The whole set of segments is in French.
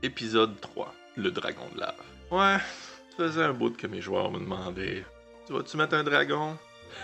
Épisode 3, le dragon de lave. Ouais, ça faisait un bout que mes joueurs me demandaient « Tu vas-tu mettre un dragon? »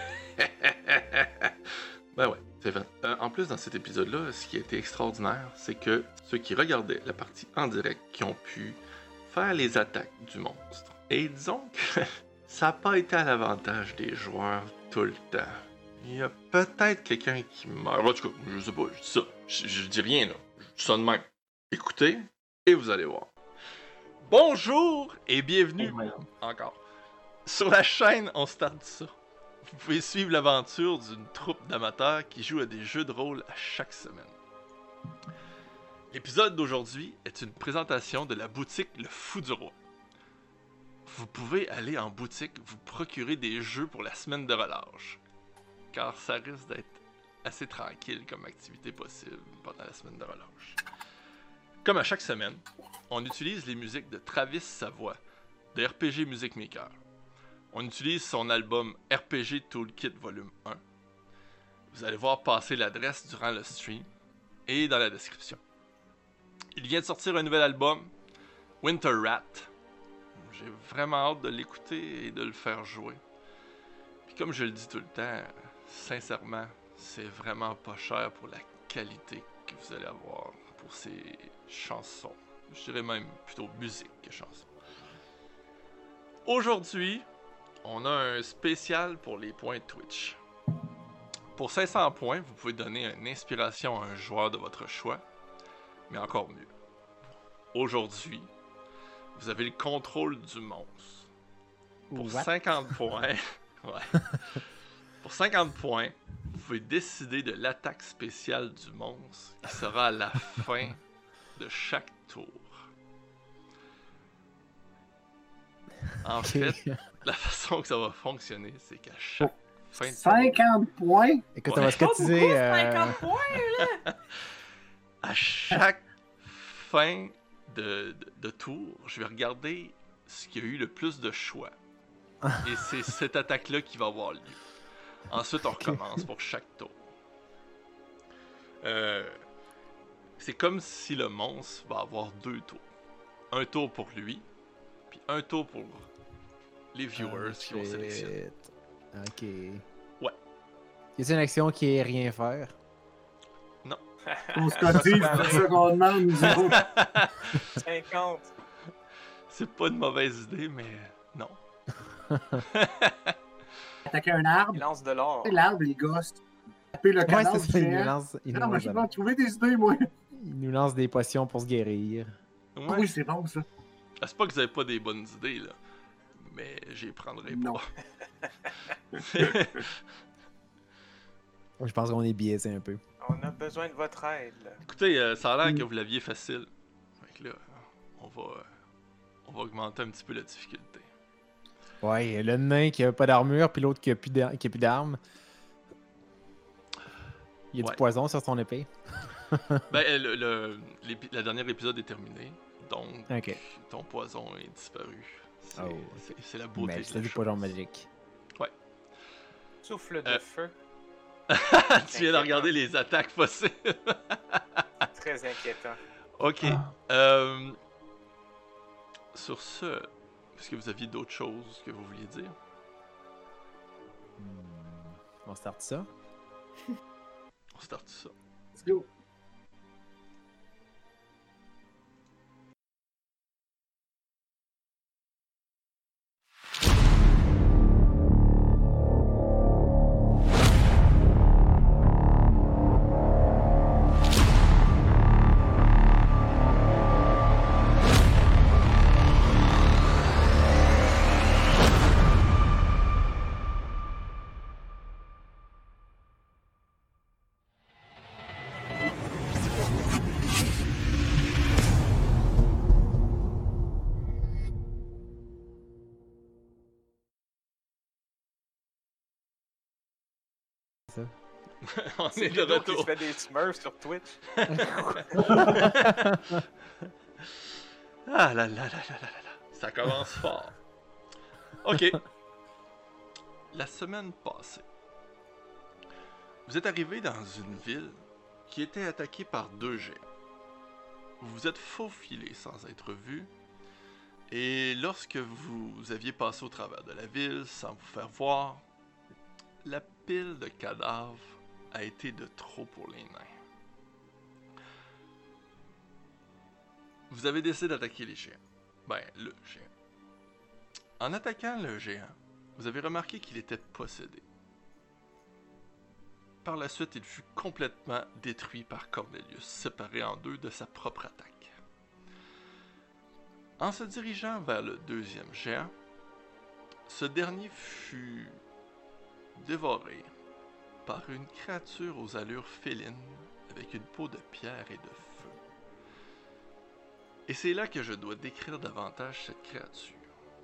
Ben ouais, c'est fait. En plus, dans cet épisode-là, ce qui a été extraordinaire, c'est que ceux qui regardaient la partie en direct qui ont pu faire les attaques du monstre. Et disons que ça n'a pas été à l'avantage des joueurs tout le temps. Il y a peut-être quelqu'un qui meurt. En tout cas, je sais pas, je dis ça. Je dis rien là. Je dis ça de même. Écoutez, et vous allez voir. Bonjour et bienvenue encore. Sur la chaîne, on start ça. Vous pouvez suivre l'aventure d'une troupe d'amateurs qui joue à des jeux de rôle à chaque semaine. L'épisode d'aujourd'hui est une présentation de la boutique Le Fou du Roi. Vous pouvez aller en boutique vous procurer des jeux pour la semaine de relâche, car ça risque d'être assez tranquille comme activité possible pendant la semaine de relâche. Comme à chaque semaine, on utilise les musiques de Travis Savoie, de RPG Music Maker. On utilise son album RPG Toolkit Volume 1. Vous allez voir passer l'adresse durant le stream et dans la description. Il vient de sortir un nouvel album, Winter Rat. J'ai vraiment hâte de l'écouter et de le faire jouer. Puis comme je le dis tout le temps, sincèrement, c'est vraiment pas cher pour la qualité que vous allez avoir pour ces chansons. Je dirais même plutôt musique que chansons. Aujourd'hui, on a un spécial pour les points Twitch. Pour 500 points, vous pouvez donner une inspiration à un joueur de votre choix, mais encore mieux. Aujourd'hui, vous avez le contrôle du monstre. Pour 50 points, ouais. Pour 50 points, vous pouvez décider de l'attaque spéciale du monstre qui sera à la fin de chaque tour. En fait, la façon que ça va fonctionner, c'est qu'à chaque fin de 50 points? Écoute, Ouais. on va se cotiser. 50 points, là! À chaque fin de tour, je vais regarder ce qui a eu le plus de choix. Et c'est cette attaque-là qui va avoir lieu. Ensuite, on recommence pour chaque tour. C'est comme si le monstre va avoir 2 tours. Un tour pour lui, puis un tour pour les viewers qui vont sélectionner. Ok. Ouais. Y a-t-il une action qui est rien faire? Non. On se cotise, c'est ça qu'on demande, nous autres. 50. C'est pas une mauvaise idée, mais non. Attaquer un arbre. Il lance de l'or. L'arbre, les gosses. Taper le Ouais, canard c'est ça, il nous géant. lance, Non, mais je vais trouver des idées, moi. il nous lance des potions pour se guérir. Ouais. Ah oui, c'est bon, ça. C'est pas que vous avez pas des bonnes idées, là. Mais j'y prendrai Non. pas. Je pense qu'on est biaisé un peu. On a besoin de votre aide, là. Écoutez, ça a l'air que vous l'aviez facile. Fait que là, on va augmenter un petit peu la difficulté. Ouais, le nain qui a pas d'armure, puis l'autre qui a plus d'armes. Il y a Ouais. du poison sur son épée. Ben, la dernière épisode est terminé, donc Ok. ton poison est disparu. C'est, Oh. c'est la beauté Mais de c'est la du chose. poison magique. Souffle de feu. Tu viens de regarder les attaques possibles. Très inquiétant. Ok. Sur ce, est-ce que vous aviez d'autres choses que vous vouliez dire? On start ça. On start ça. Let's go. Ça. On C'est est de Ludo qui se retour. fait des smurfs sur Twitch. Ah là là là là là là là. Ça commence fort. Ok. La semaine passée, vous êtes arrivé dans une ville qui était attaquée par 2 géants. vous vous êtes faufilé sans être vu. Et lorsque vous aviez passé au travers de la ville sans vous faire voir, la pile de cadavres a été de trop pour les nains. Vous avez décidé d'attaquer les géants. Ben, le géant. En attaquant le géant, vous avez remarqué qu'il était possédé. Par la suite, il fut complètement détruit par Cornelius, séparé en deux de sa propre attaque. En se dirigeant vers le deuxième géant, ce dernier fut dévoré par une créature aux allures félines avec une peau de pierre et de feu. Et c'est là que je dois décrire davantage cette créature.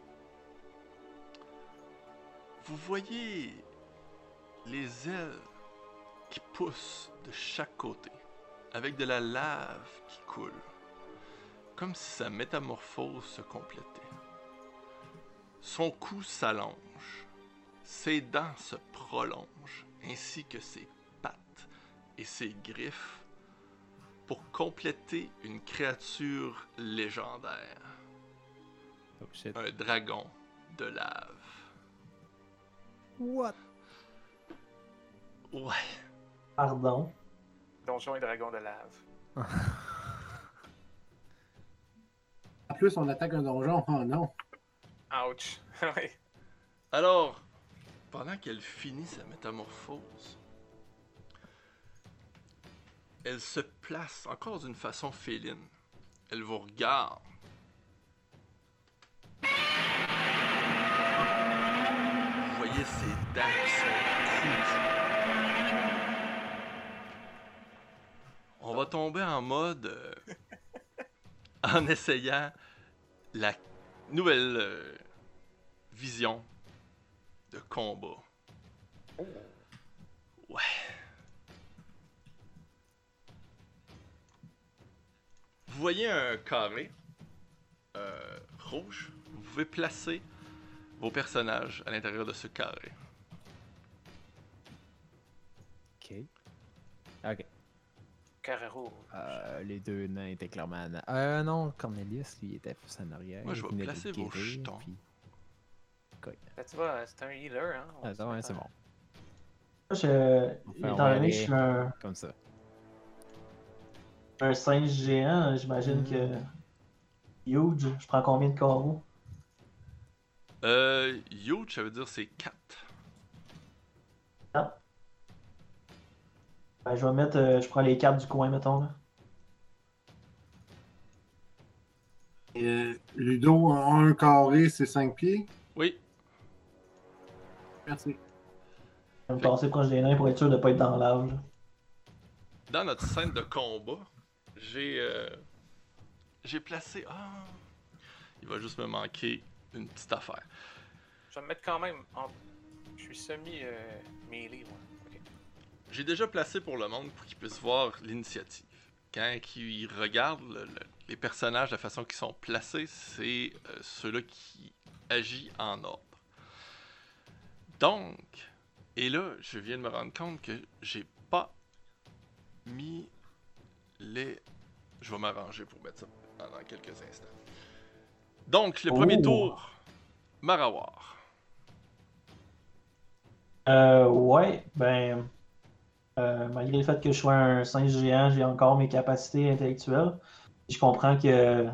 Vous voyez les ailes qui poussent de chaque côté, avec de la lave qui coule, comme si sa métamorphose se complétait. Son cou s'allonge, ses dents se prolongent, ainsi que ses pattes et ses griffes, pour compléter une créature légendaire. Oh shit. Un dragon de lave. What? Ouais. Pardon. Donjon et dragon de lave. En plus, on attaque un donjon. Oh non. Ouch. Oui. Alors, pendant qu'elle finit sa métamorphose, elle se place encore d'une façon féline. Elle vous regarde. Vous voyez ses dents qui sont cousues. On va tomber en mode en essayant la nouvelle vision de combat. Ouais. Vous voyez un carré rouge. Vous pouvez placer vos personnages à l'intérieur de ce carré. Ok. Ok. Carré rouge. Les deux nains étaient clairement non, Cornelius, lui, était plus en arrière. Moi, je il vais venait de placer le vos guérir, jetons. puis- Là, tu vois, c'est un healer, hein. On Ah, se ouais, met c'est en- bon. Étant donné que je suis Comme ça. un singe géant, j'imagine que. Huge, je prends combien de carreaux? Huge, ça veut dire c'est 4. Ah. Ben, je vais mettre. Je prends les 4 du coin, mettons. Là. Ludo, un carré, c'est 5 pieds. Oui. Merci. Je vais me passer proche des nains pour être sûr de ne pas être dans l'âge. Dans notre scène de combat, j'ai placé... Ah! Il va juste me manquer une petite affaire. Je vais me mettre quand même en. Je suis semi-mêlé, moi. Ok. J'ai déjà placé pour le monde pour qu'ils puissent voir l'initiative. Quand ils regardent les personnages, la façon qu'ils sont placés, c'est ceux-là qui agissent en ordre. Donc, et là, je viens de me rendre compte que j'ai pas mis les... Je vais m'arranger pour mettre ça dans quelques instants. Donc, le premier tour, Marawar. Ouais, ben. Malgré le fait que je sois un singe géant, j'ai encore mes capacités intellectuelles. Je comprends que.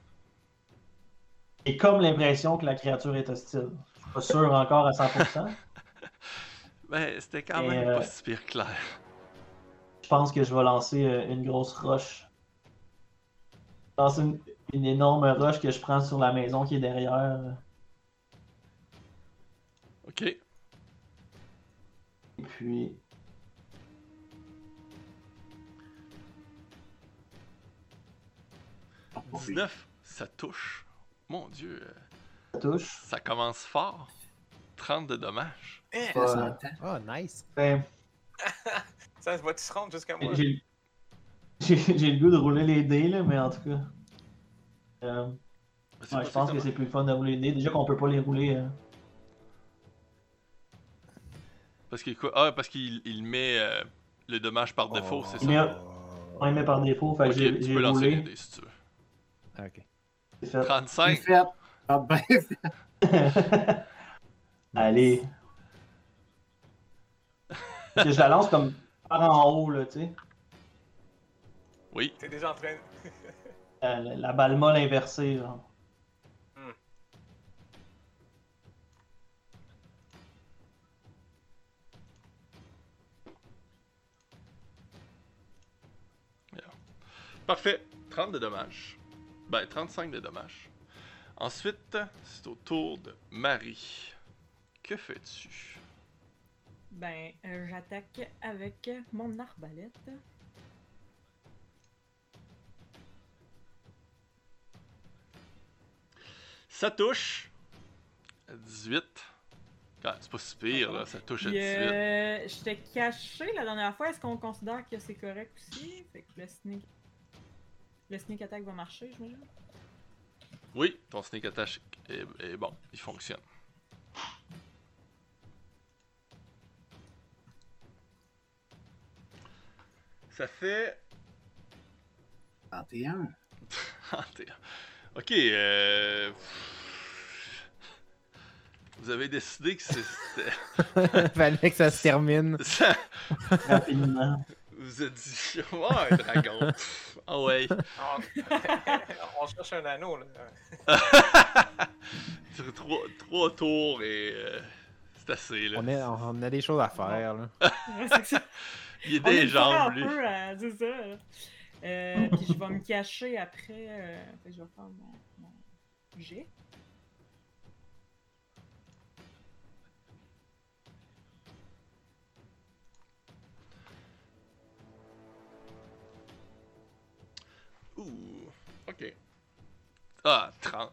J'ai comme l'impression que la créature est hostile. Je suis pas sûr encore à 100%. Ben, c'était quand Et, même pas si pire clair. Je pense que je vais lancer une grosse roche. Lancer une énorme roche que je prends sur la maison qui est derrière. Ok. Et puis. 19, ça touche. Mon dieu, Ça touche. ça commence fort. 30 de dommages. Eh, Ouais. Oh, nice. Ben, ça va-tu se rendre jusqu'à moi? j'ai le goût de rouler les dés, là, mais en tout cas. C'est Ouais, je pense que c'est plus le fun de rouler les dés. Déjà qu'on peut pas les rouler. Parce qu'il parce qu'il met le dommage par défaut, Oh. c'est Il met ça? Ouais, mais par défaut, fait que Ok, j'ai tu peux lancer les roulé. dés si tu veux. Ok. C'est fait. 35. C'est fait. Ah ben, Allez. Que je la lance comme par en haut, là, tu sais. Oui. T'es déjà en train. La balle molle inversée, genre. Parfait. 30 de dommages. Ben, 35 de dommages. Ensuite, c'est au tour de Marie. Que fais-tu? Ben, j'attaque avec mon arbalète. Ça touche. À 18. Ah, c'est pas si pire, là. Ça touche à Puis, 18. j'étais caché la dernière fois. Est-ce qu'on considère que c'est correct aussi? Fait que le sneak attack va marcher, j'imagine? Oui, ton sneak attack est bon. Il fonctionne. Ça fait... 31. Ok, vous avez décidé que c'était... Fallait que ça se termine. Ça- Rapidement. Vous avez dit... Ouais, un dragon. Ah ouais. On cherche un anneau, là. Sur trois tours et... c'est assez, là. On a des choses à faire, là. Ouais, c'est ça. Il est On est des le temps jambes, un lui. peu, c'est ça. Là. Puis je vais me cacher après. Fait que je vais faire mon jet. Ouh, ok. Ah, 30.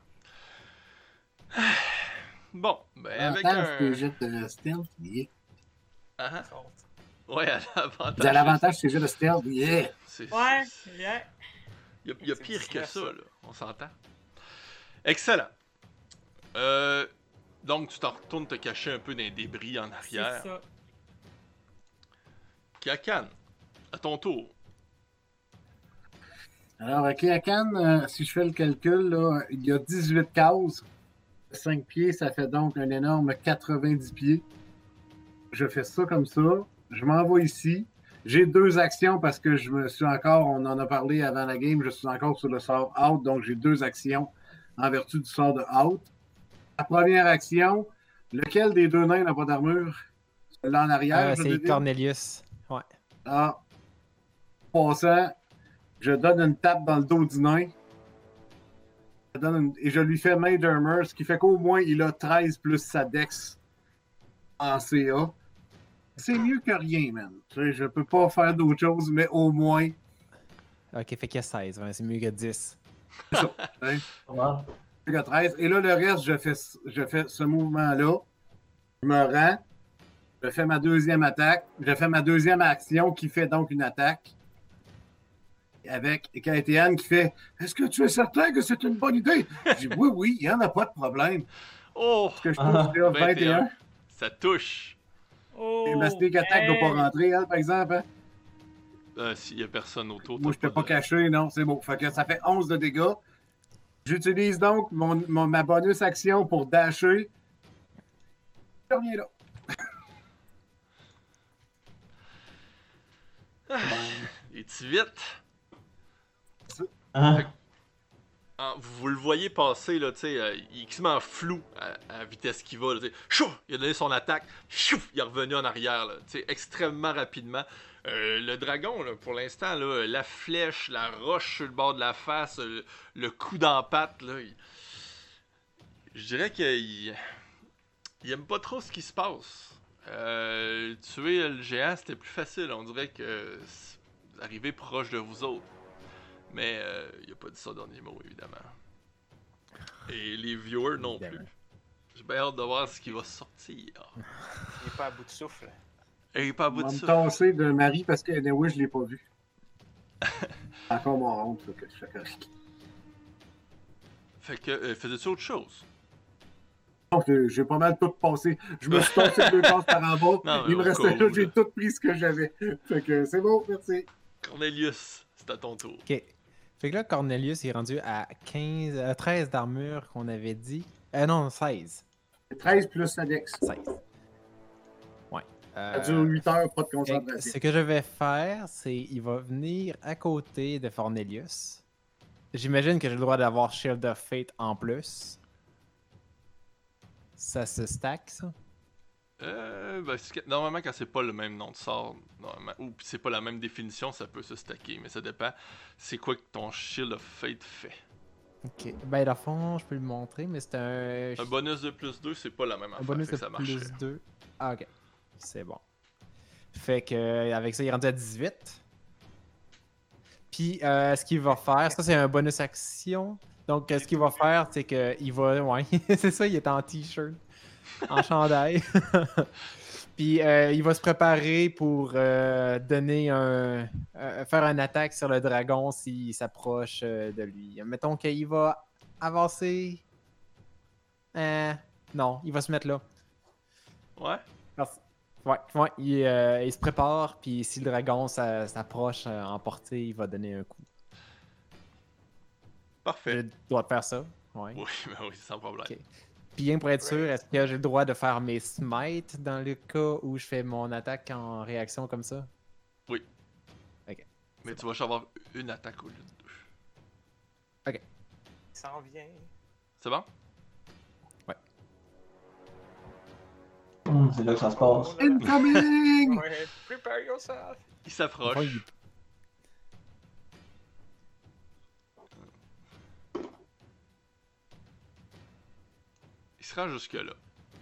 Bon, ben avec L'avantage que un... j'ai de stealth, yeah. Ah, Compte. ouais, à l'avantage. Vous avez l'avantage que j'ai de stealth, yeah. Ouais, yeah. Il y a C'est pire que discret, ça, ça. là. On s'entend. Excellent. Donc, tu t'en retournes te cacher un peu dans les débris en C'est arrière. ça. Kakan, à ton tour. Alors, à Kiakan, si je fais le calcul, là, il y a 18 cases. 5 pieds, ça fait donc un énorme 90 pieds. Je fais ça comme ça. Je m'envoie ici. J'ai 2 actions parce que je me suis encore, on en a parlé avant la game, je suis encore sur le sort out, donc j'ai 2 actions en vertu du sort de out. La première action, lequel des 2 nains n'a pas d'armure? Celui-là en arrière, je C'est devine. Cornelius. Ouais. Ah. Passant, je donne une tape dans le dos du nain. Et je lui fais main d'armor, ce qui fait qu'au moins il a 13 plus sa dex en CA. C'est mieux que rien, man. Tu sais, je peux pas faire d'autre chose, mais au moins. Ok, fait qu'il y a 16. Ouais, c'est mieux que 10. C'est ça. Hein? Ouais. Mieux que 13. Et là, le reste, je fais ce mouvement-là. Je me rends. Je fais ma deuxième attaque. Je fais ma deuxième action qui fait donc une attaque. Avec Kaitian qui fait Est-ce que tu es certain que c'est une bonne idée? Je dis oui, il n'y en a pas de problème. Oh, Est-ce que je touche déjà 21? ça touche. Oh, Et ma sneak attack ne doit pas rentrer, elle, par exemple. Hein? S'il y a personne autour, Moi, je t'as ne t'ai pas de- caché, non, c'est bon. Fait que ça fait 11 de dégâts. J'utilise donc ma bonus action pour dasher. Je reviens là. Es-tu vite? Hein? Vous le voyez passer, là, tu sais, il est quasiment flou à la vitesse qu'il va. Là, chou, il a donné son attaque, chou, il est revenu en arrière, là, tu sais, extrêmement rapidement. Le dragon, là, pour l'instant, là, la flèche, la roche sur le bord de la face, le coup dans la patte, là, je dirais qu'il aime pas trop ce qui se passe. Tuer le géant, c'était plus facile. On dirait que vous arrivez proche de vous autres. Mais il a pas dit ça dans les mots, évidemment. Et les viewers non plus. Évidemment. J'ai bien hâte de voir ce qui va sortir. Il est pas à bout de souffle. Et il est pas à Je bout vais de me ça. tasser de Marie parce que anyway, je ne l'ai pas vu. Encore mon honte, ça, que je fais correct. Fait que, faisais-tu autre chose? Donc, j'ai pas mal tout passé. Je me suis tassé 2 cases par en bas. Non, mais Il me au restait cas là, où, j'ai là. tout pris ce que j'avais. Fait que c'est bon, merci. Cornelius, c'est à ton tour. Ok. Fait que là, Cornelius est rendu à 13 d'armure qu'on avait dit. Non, 16. 13 plus la dex. 16. Ouais. Ça dure 8 heures, pas de Fait que concentration. ce que je vais faire, c'est il va venir à côté de Fornelius. J'imagine que j'ai le droit d'avoir Shield of Fate en plus. Ça se stack, ça? Normalement, quand c'est pas le même nom de sort, ou c'est pas la même définition, ça peut se stacker, mais ça dépend. C'est quoi que ton Shield of Fate fait? Ok. Ben, dans le fond, je peux le montrer, mais c'est Un bonus de plus 2, c'est pas la même un affaire, bonus fait de que ça marcherait. plus 2. Ah, ok. C'est bon. Fait que avec ça, il est rendu à 18. Puis, ce qu'il va faire, ça c'est un bonus action. Donc, ce qu'il va faire, c'est qu'il va. Ouais, c'est ça, il est en t-shirt, en chandail. Puis, il va se préparer pour donner faire une attaque sur le dragon s'il s'approche de lui. Mettons qu'il va avancer. Non, il va se mettre là. Ouais? Ouais, il se prépare, puis si le dragon s'approche en portée, il va donner un coup. Parfait. J'ai le droit de faire ça. Ouais. Oui, ben oui, sans problème. Ok. Puis bien pour être sûr, est-ce que j'ai le droit de faire mes smites dans le cas où je fais mon attaque en réaction comme ça? Oui. Ok. Mais tu vas avoir une attaque au lieu de 2. Il s'en vient. C'est bon? C'est là que ça se passe. Oh là là. Incoming! Ouais, prepare yourself. Il s'approche. Ouais, Il se rend jusque-là.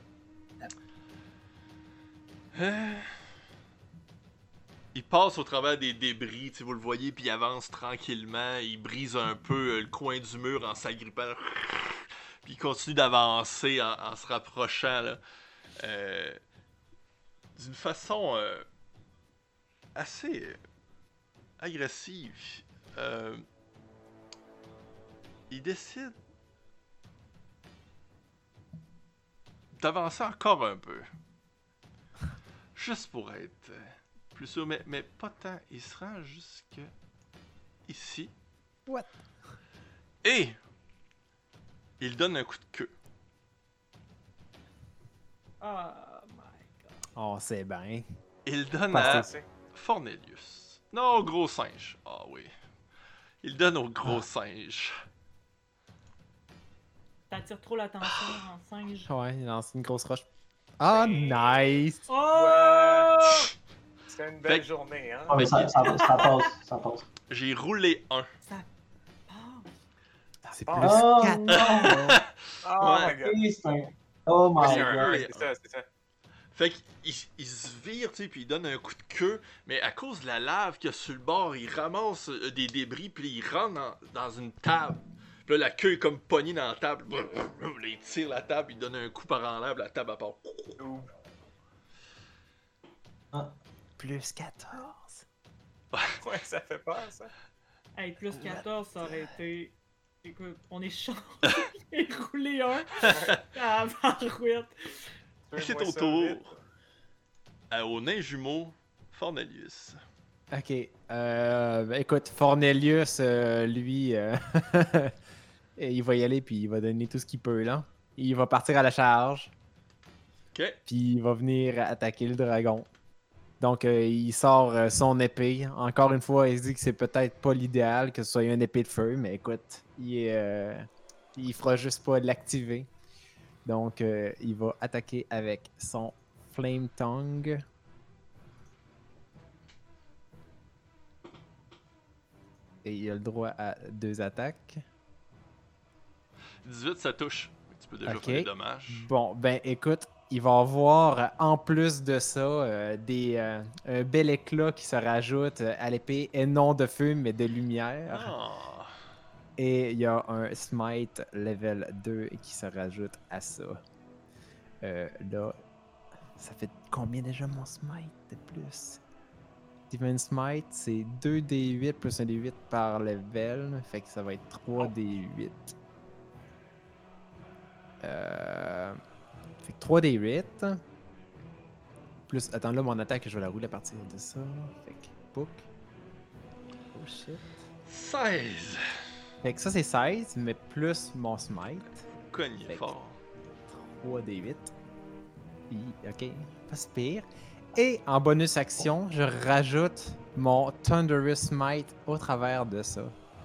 Il passe au travers des débris, vous le voyez, puis il avance tranquillement. Il brise un peu le coin du mur en s'agrippant. Puis il continue d'avancer en se rapprochant là, d'une façon assez agressive. Il décide d'avancer encore un peu. Juste pour être plus sûr, mais pas tant. Il se rend jusque ici. What? Et il donne un coup de queue. Oh my god. Oh, c'est bien. Il donne Parfait. à Fornelius. Non, au gros singe. Ah oui. Il donne au gros singe. T'attires trop l'attention en singe. Ouais, non, c'est une grosse roche. Ah, nice! Oh! C'était une Fait belle que- journée, hein? Ah, mais ça passe, ça passe. J'ai roulé 1. Ça passe. C'est Ah. plus Oh 4. non! Oh Ouais. my god. Oui, c'est un- Oh my C'est un god. ouais. C'est ça, c'est ça. Fait qu'il se vire, tu sais, puis il donne un coup de queue, mais à cause de la lave qu'il y a sur le bord, il ramasse des débris, puis il rentre dans une table. Puis là, la queue est comme pognée dans la table. Là, il tire la table, il donne un coup par en l'air, puis la table à part. Ouh. Plus 14. Ouais, ça fait peur, ça. Hey, plus 14, ça aurait été. Écoute, on est chanceux. J'ai roulé un. Ah, barouette. C'est Fais-moi ton ça tour. vite. Au nain jumeau, Fornelius. Ok. Ben, écoute, Fornelius, lui, il va y aller puis il va donner tout ce qu'il peut là. Il va partir à la charge. Ok. Puis il va venir attaquer le dragon. Donc il sort son épée. Encore une fois, il se dit que c'est peut-être pas l'idéal que ce soit une épée de feu, mais écoute, il fera juste pas l'activer. Donc il va attaquer avec son Flame Tongue. Et il a le droit à 2 attaques. 18, ça touche. Tu peux déjà Ok. faire des dommages. Bon, ben écoute, il va avoir en plus de ça un bel éclat qui se rajoute à l'épée, et non de feu, mais de lumière. Ah. Et il y a un smite level 2 qui se rajoute à ça. Là, ça fait combien déjà mon smite de plus? Divine Smite, c'est 2d8 plus 1d8 par level. Fait que ça va être 3d8. Fait que 3d8. Plus, attends là, mon attaque, je vais la rouler à partir de ça. Fait que, book. shit. 16! Fait que ça, c'est 16, mais plus mon smite. Cognez Fait que- fort. 3d8. Ok, pas si pire. Et en bonus action, je rajoute mon Thunderous Smite au travers de ça.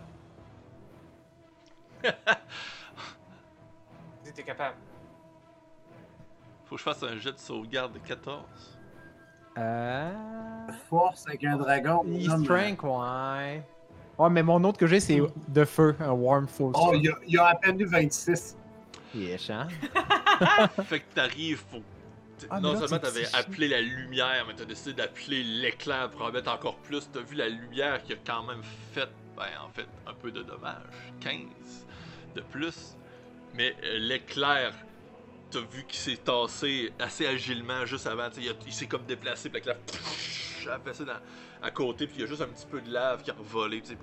Si t'es capable. Faut que je fasse un jet de sauvegarde de 14. Force avec un dragon. non, mais- Strength, ouais. Ouais, mais mon autre que j'ai, c'est de feu, un Warm Force. Oh, il y a à peine eu 26. Yes, hein? Fait que t'arrives, faut. Ah, mais non là, seulement c'est t'avais psychique. appelé la lumière, mais t'as décidé d'appeler l'éclair pour en mettre encore plus. T'as vu la lumière qui a quand même fait, ben en fait, un peu de dommages. 15 de plus. Mais l'éclair, t'as vu qu'il s'est tassé assez agilement juste avant. Il s'est comme déplacé, puis l'éclair a fait ça à côté, puis il y a juste un petit peu de lave qui a volé. Tu sais.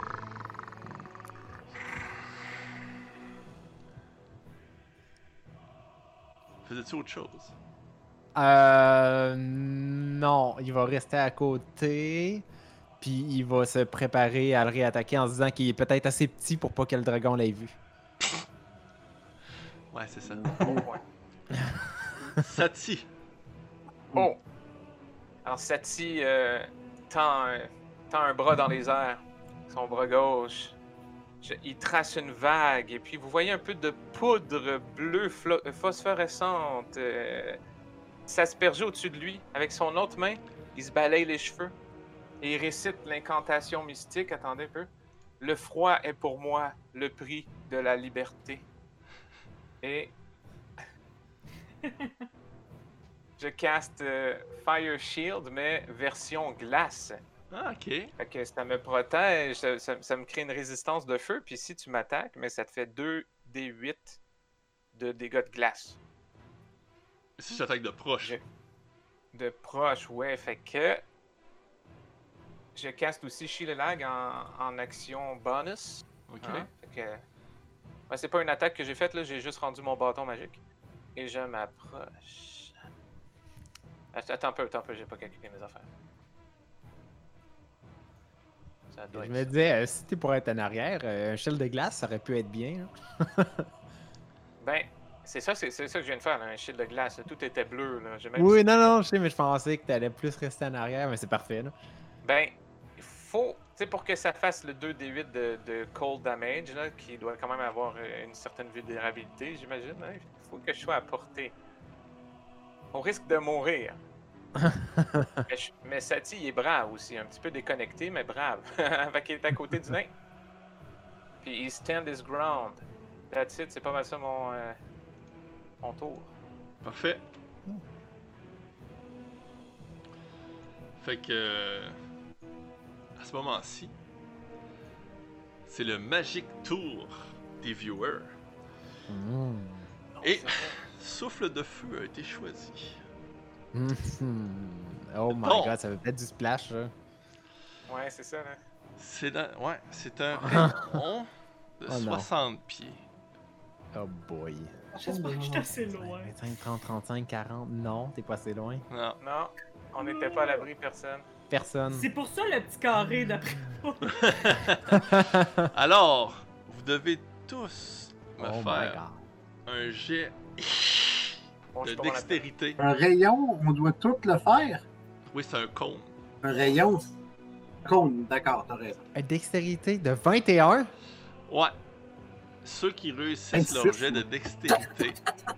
Faisais-tu autre chose? Non, il va rester à côté. Puis il va se préparer à le réattaquer en se disant qu'il est peut-être assez petit pour pas que le dragon l'ait vu. Ouais, c'est ça. Bon point. Sati. Oh! Alors, Sati tend un bras dans les airs. Son bras gauche. Il trace une vague. Et puis, vous voyez un peu de poudre bleue phosphorescente s'asperger au-dessus de lui. Avec son autre main, il se balaye les cheveux. Et il récite l'incantation mystique. Attendez un peu. Le froid est pour moi le prix de la liberté. Et je caste Fire Shield, mais version glace. Ah, ok. Fait que ça me protège, ça me crée une résistance de feu, puis si tu m'attaques, mais ça te fait 2d8 de dégâts de glace. Si j'attaque de proche. De proche, ouais, fait que je caste aussi Shield Lag en action bonus. Ok. Hein? Fait que... ouais, c'est pas une attaque que j'ai faite, là, j'ai juste rendu mon bâton magique. Et je m'approche. Attends un peu, j'ai pas calculé mes affaires. Ça doit Je être me ça. disais, si t'es pour être en arrière, un shield de glace, ça aurait pu être bien. Hein. Ben, c'est ça que je viens de faire, là, un shield de glace. Là. Tout était bleu. Là. J'ai même... Oui, non, je sais, mais je pensais que t'allais plus rester en arrière, mais c'est parfait. Là. Ben, il faut, tu sais, pour que ça fasse le 2d8 de cold damage, là, qui doit quand même avoir une certaine vulnérabilité, j'imagine, hein, il faut que je sois à portée. On risque de mourir. mais Sati, il est brave aussi, un petit peu déconnecté, mais brave. Fait qu'il est à côté du nain. Puis il stand his ground. That's it, c'est pas mal ça mon tour. Parfait. Fait que. À ce moment-ci, c'est le Magic Tour des viewers. Et Souffle de Feu a été choisi. Oh my Bon. god, ça veut peut-être du splash, là. Ouais, c'est ça, là. C'est un rayon de Oh non. 60 pieds. Oh boy. J'espère que je suis assez loin. 25, 30, 35, 40. Non, t'es pas assez loin. Non. Non, on n'était pas à l'abri, personne. Personne. C'est pour ça le petit carré d'après moi. Alors, vous devez tous me Oh my faire god. un jet Bon, je de suis pas bon là-dedans. dextérité. Un rayon, on doit tout le faire. Oui, c'est un cône. Un rayon, cône, d'accord, t'as raison. Une dextérité de 21? Ouais. Ceux qui réussissent leur 26. jet de dextérité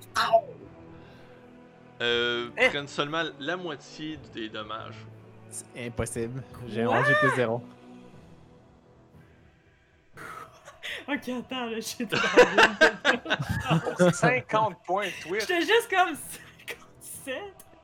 prennent seulement la moitié des dommages. C'est impossible. J'ai What? 11, j'ai plus 0. Ok, attends, là, j'étais Pour 50 points de twist. J'étais juste comme 57.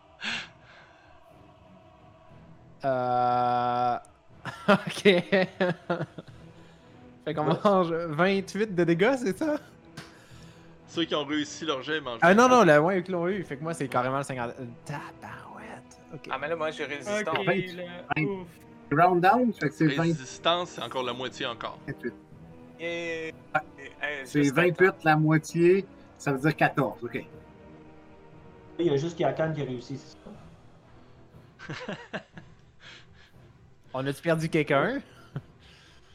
Ok. Fait qu'on mange 28 de dégâts, c'est ça? Ceux qui ont réussi leur jet mangent. Ah non, non, le moins qu'ils l'ont eu. Fait que moi, c'est carrément le 50. Tabarouette. Ok. Ah, mais là, moi, j'ai résistance. Ok, là, ouf. Round down, fait que c'est Résistance, c'est encore la moitié encore. 28. Yeah. C'est 28, la moitié, ça veut dire 14, ok. Il y a juste Kiakan qui a réussi, c'est ça. On a-tu perdu quelqu'un?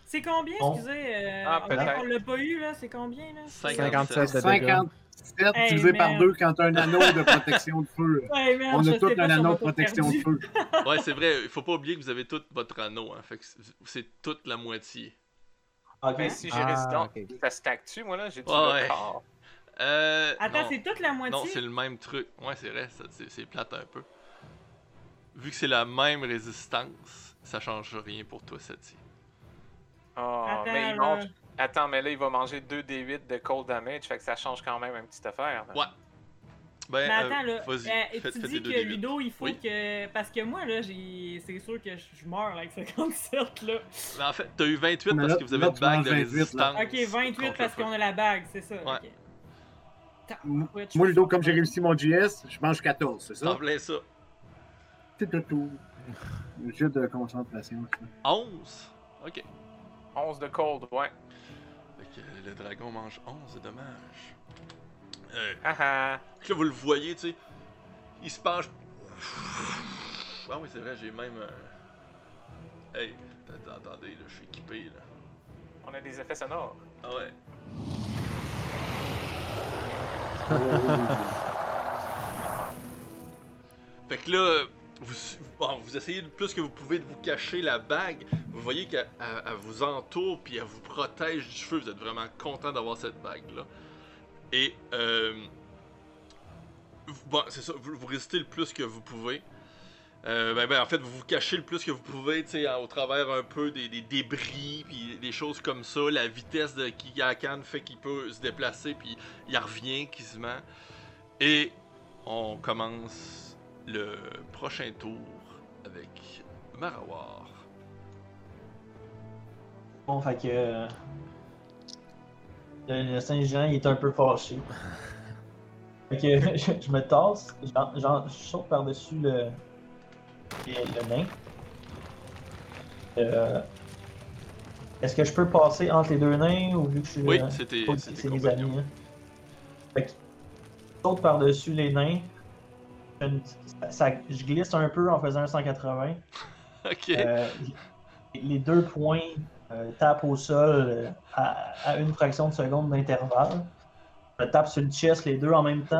C'est combien, Bon. excusez? Peut-être. On l'a pas eu, là. C'est combien, là? 57 de dégâts. 57 Hey, divisé par man. 2 quand t'as un anneau de protection de feu. Ouais, merde, On je a sais tous pas un si on anneau a de pas protection de perdu. feu. Ouais, c'est vrai, il faut pas oublier que vous avez toute votre anneau, hein. Fait que c'est toute la moitié. Ok. Mais si j'ai Ah, résistance, ok. ça stack-tu, moi, là? J'ai-tu Ouais. le corps? Attends, non. c'est toute la moitié? Non, c'est le même truc. Ouais, c'est vrai, c'est plate un peu. Vu que c'est la même résistance, ça change rien pour toi, Sati. Oh, Attends, mais il là. mange... Attends, mais là, il va manger 2d8 de cold damage, fait que ça change quand même une petite affaire. là. Ouais. Ben, Mais attends, là, vas-y, tu fais dis tes que 2d8. Ludo, il faut Oui. que... Parce que moi, là, c'est sûr que je meurs avec 57, là. Mais en fait, t'as eu 28 Mais parce là- que vous avez là, une tu bague manges de 28, là. résistance. Ok, 28 contre parce le qu'on feu. a la bague, c'est ça. Ouais. ok. Moi, je Ludo, suis comme j'ai pas- réussi mon JS, je mange 14, c'est T'en ça? plein ça. C'est tout. Un jeu de concentration, ça. 11? Ok. 11 de cold, ouais. Fait que le dragon mange 11 de dommages. Haha. Là, vous le voyez, tu sais. Il se penche. Ah oui, c'est vrai, j'ai même. Hey, attendez, là, je suis équipé, là. On a des effets sonores. Ah ouais. Fait que là, vous essayez le plus que vous pouvez de vous cacher la bague. Vous voyez qu'elle vous entoure puis elle vous protège du feu. Vous êtes vraiment content d'avoir cette bague-là. Et, bon, c'est ça, vous résistez le plus que vous pouvez. En fait, vous vous cachez le plus que vous pouvez, tu sais, au travers un peu des débris, puis des choses comme ça. La vitesse de Kigakan fait qu'il peut se déplacer, puis il revient quasiment. Et on commence le prochain tour avec Marawar. Bon, fait que. Le Saint-Jean, il est un peu fâché. Fait que je me tasse, je saute par-dessus le nain. Est-ce que je peux passer entre les deux nains ou vu que je suis Oui, là? c'était C'est mes amis. Hein. Fait que je saute par-dessus les nains. Je glisse un peu en faisant un 180. Ok. Les 2 points tapent au sol à une fraction de seconde d'intervalle. Je tape sur le chest les deux en même temps.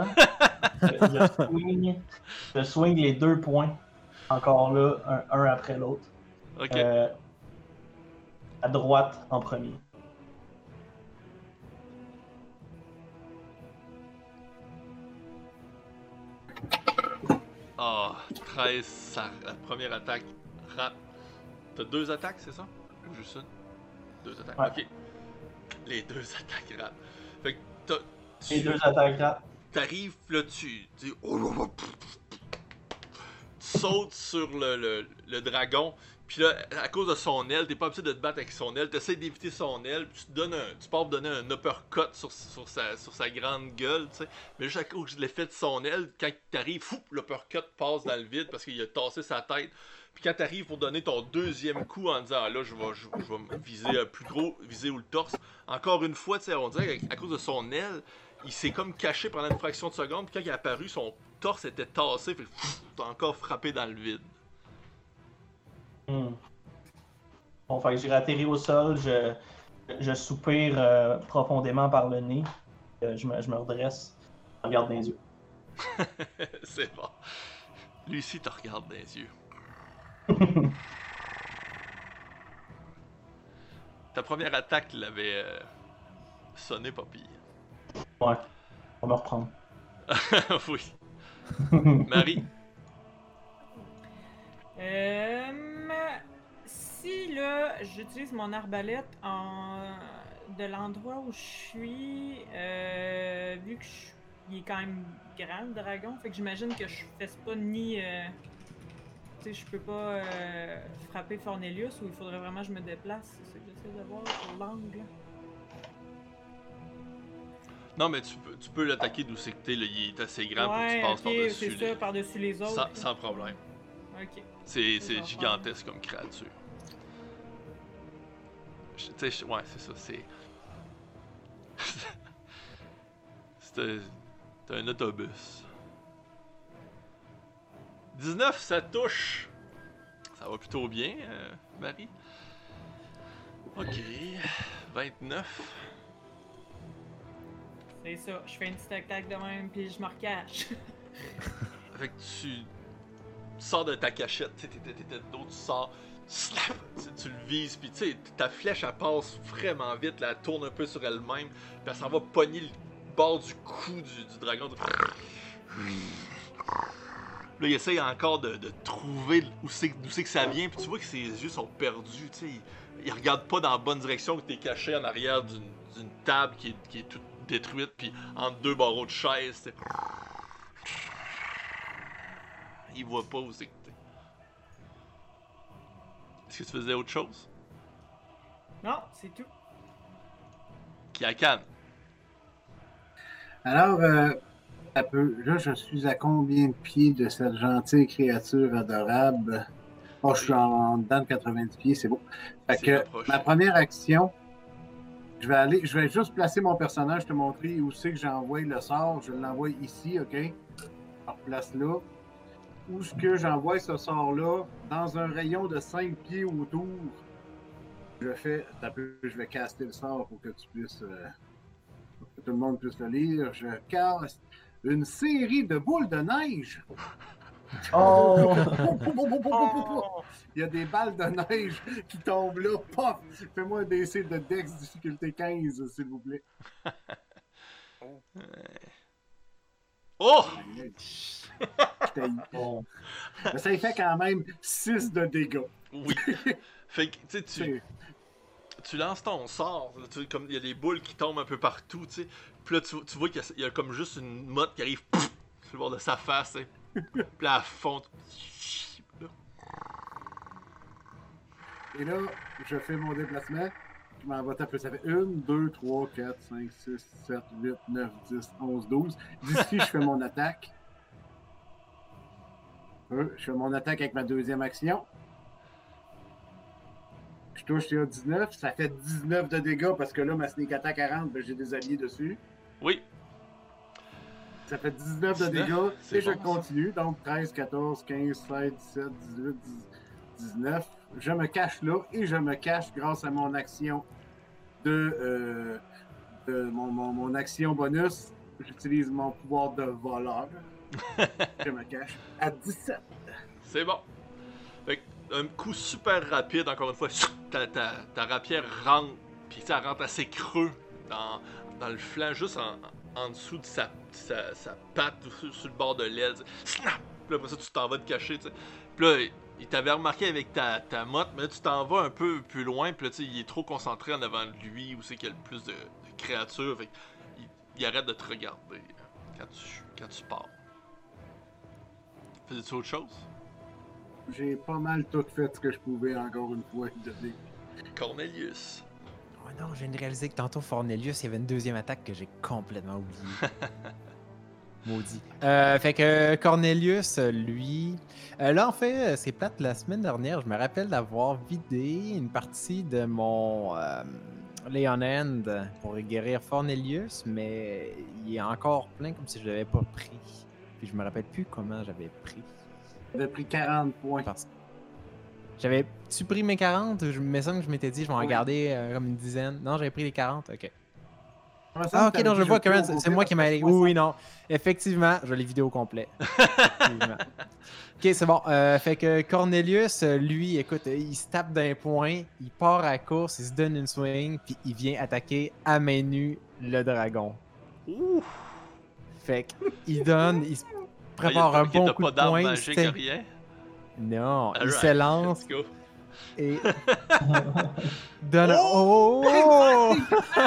Je swing les 2 points. Encore là, un après l'autre. Ok. À droite en premier. Ah, 13, ça, la première attaque rate. T'as 2 attaques, c'est ça? Ou juste une? 2 attaques, Ouais. ok. Les 2 attaques ratent. Fait que Les 2 attaques ratent. t'arrives, là, tu sautes sur le dragon, puis là, à cause de son aile, t'es pas habitué de te battre avec son aile, t'essaies d'éviter son aile, puis tu pars donner un uppercut sur sa grande gueule, tu sais, mais juste à cause de l'effet de son aile, quand t'arrives, fou, l'uppercut passe dans le vide parce qu'il a tassé sa tête. Puis quand t'arrives pour donner ton deuxième coup en disant, ah là, je vais me viser plus gros, viser où le torse, encore une fois, tu sais, on dirait qu'à cause de son aile, il s'est comme caché pendant une fraction de seconde, puis quand il est apparu, son torse était tassé, fait que t'as encore frappé dans le vide. Bon, fait que j'ai atterri au sol, je soupire profondément par le nez, je me redresse, je regarde dans les yeux. C'est bon. Lui aussi te regarde dans les yeux. Ta première attaque l'avait sonné pas pire. Ouais, on va me reprendre. Oui. Marie? Si là, j'utilise mon arbalète de l'endroit où je suis, vu que il est quand même grand le dragon, fait que j'imagine que je fais pas ni. Tu sais, je peux pas frapper Fornelius ou il faudrait vraiment que je me déplace. C'est ça que j'essaie de voir sur l'angle. Non, mais tu peux l'attaquer d'où c'est que t'es, là, il est assez grand pour que tu Ouais, passes ok, par-dessus. c'est ça, par-dessus les autres. Sans problème. Ok. C'est ça, gigantesque comme créature. Tu sais, ouais, c'est ça, c'est... c'est un autobus. 19, ça touche! Ça va plutôt bien, Marie. Ok. 29. C'est ça, je fais une petite attaque de même, puis je me recache. Fait que tu sors de ta cachette, tu sais, t'étais de dos, tu sors, snap, tu le vises, puis tu sais, ta flèche, elle passe vraiment vite, là, elle tourne un peu sur elle-même, puis elle s'en va pogner le bord du cou du dragon. Là, il essaye encore de trouver d'où c'est que ça vient, puis tu vois que ses yeux sont perdus, tu sais, il regarde pas dans la bonne direction, que t'es caché en arrière d'une table qui est toute détruite, puis entre deux barreaux de chaise, tu sais. Il voit pas où c'est que t'es. Est-ce que tu faisais autre chose? Non, c'est tout. Kiakan. Alors, là, je suis à combien de pieds de cette gentille créature adorable? Oh, je suis en dedans de 90 pieds, c'est bon. Fait C'est que rapproché. ma première action, je vais juste placer mon personnage, te montrer où c'est que j'envoie le sort. Je l'envoie ici, OK? Je replace là. Où est-ce que j'envoie ce sort-là? Dans un rayon de 5 pieds autour. Je vais caster le sort pour que tu puisses... pour que tout le monde puisse le lire. Je caste une série de boules de neige. Oh! Il y a des balles de neige qui tombent là. Paf! Fais-moi un DC de Dex difficulté 15, s'il vous plaît. Oh! Bon. Mais ça y fait quand même 6 de dégâts. Oui. Fait que, tu sais, tu lances ton sort, là, tu sais, comme il y a des boules qui tombent un peu partout, tu sais. Puis là, tu vois qu'il y a comme juste une motte qui arrive sur le bord de sa face, tu sais. Puis là, elle fond. Là. Et là, je fais mon déplacement. Je m'en vais taper. Ça fait 1, 2, 3, 4, 5, 6, 7, 8, 9, 10, 11, 12. D'ici, je fais mon attaque. Je fais mon attaque avec ma deuxième action. Je touche à 19. Ça fait 19 de dégâts parce que là, ma sneak attack à 40, j'ai des alliés dessus. Oui. Ça fait 19 de 19, dégâts. c'est Et je bon, ça. continue. Donc 13, 14, 15, 16, 17, 18, 19. Je me cache là et je me cache grâce à mon action de mon action bonus. J'utilise mon pouvoir de voleur. Je me cache à 17. C'est bon. Fait que, un coup super rapide, encore une fois, ta rapière rentre, puis ça rentre assez creux dans le flanc, juste en dessous de sa patte, sur le bord de l'aile. Snap! Puis là, après ça, tu t'en vas te cacher, tu sais. Puis là, il t'avait remarqué avec ta motte, mais là, tu t'en vas un peu plus loin, puis là, tu sais, il est trop concentré en avant de lui, où c'est qu'il y a le plus de créatures, fait il arrête de te regarder quand tu pars. Faisais-tu autre chose? J'ai pas mal tout fait ce que je pouvais encore une fois. Cornelius. Oh non, je viens de réaliser que tantôt, Fornelius, il y avait une deuxième attaque que j'ai complètement oubliée. Maudit. Fait que Cornelius, lui... là, en fait, c'est plate, la semaine dernière, je me rappelle d'avoir vidé une partie de mon Leon Hand pour guérir Fornelius, mais il est encore plein comme si je l'avais pas pris. Puis je me rappelle plus comment j'avais pris. J'avais pris 40 points. J'avais-tu pris mes 40? Je me semble que je m'étais dit, je vais en Oui. garder comme une dizaine. Non, j'avais pris les 40, ok. Ah, ok, non, je vois que c'est moi qui m'a allé. Oui, non. Effectivement, je l'ai vidé au complet. Effectivement. Ok, c'est bon. Fait que Cornelius, lui, écoute, il se tape d'un point, il part à la course, il se donne une swing, puis il vient attaquer à main nue le dragon. Ouh! Fait qu'il il se prépare un bon coup pas de d'arme poing. magique, rien? Non, il Alright, se lance let's go. et donne. Oh!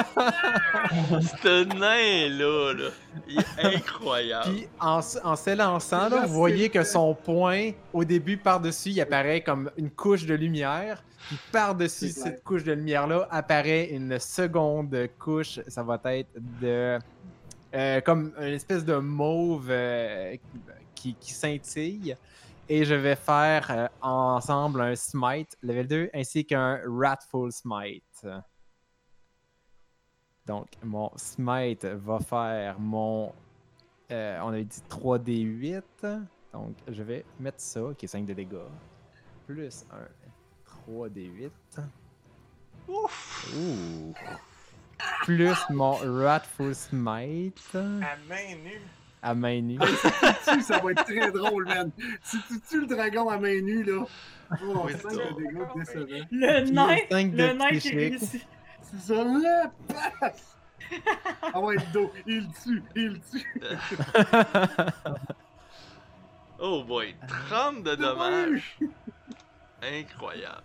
Ce nain-là, il est incroyable. Puis en s'élançant, là, Je vous voyez sais que que- son poing, au début, par-dessus, il apparaît comme une couche de lumière. Puis par-dessus C'est clair. cette couche de lumière-là apparaît une seconde couche. Ça va être de... comme une espèce de mauve qui scintille. Et je vais faire ensemble un smite level 2 ainsi qu'un Wrathful Smite. Donc, mon smite va faire mon... on avait dit 3d8. Donc, je vais mettre ça, qui est 5 de dégâts. Plus un 3d8. Ouf! Ouh. Plus mon Wrathful Smite À main nue. à main nue. Ça va être très drôle, man. Si tu tues le dragon à main nue, là, oh, Oui, 5 c'est de ça. dégâts décevants. Le Puis nain, cinq de le nain qui psychique. réussit. C'est ça, là, passe! Ah ouais, le dos, il le tue. Oh boy, 30 de dommages. Incroyable.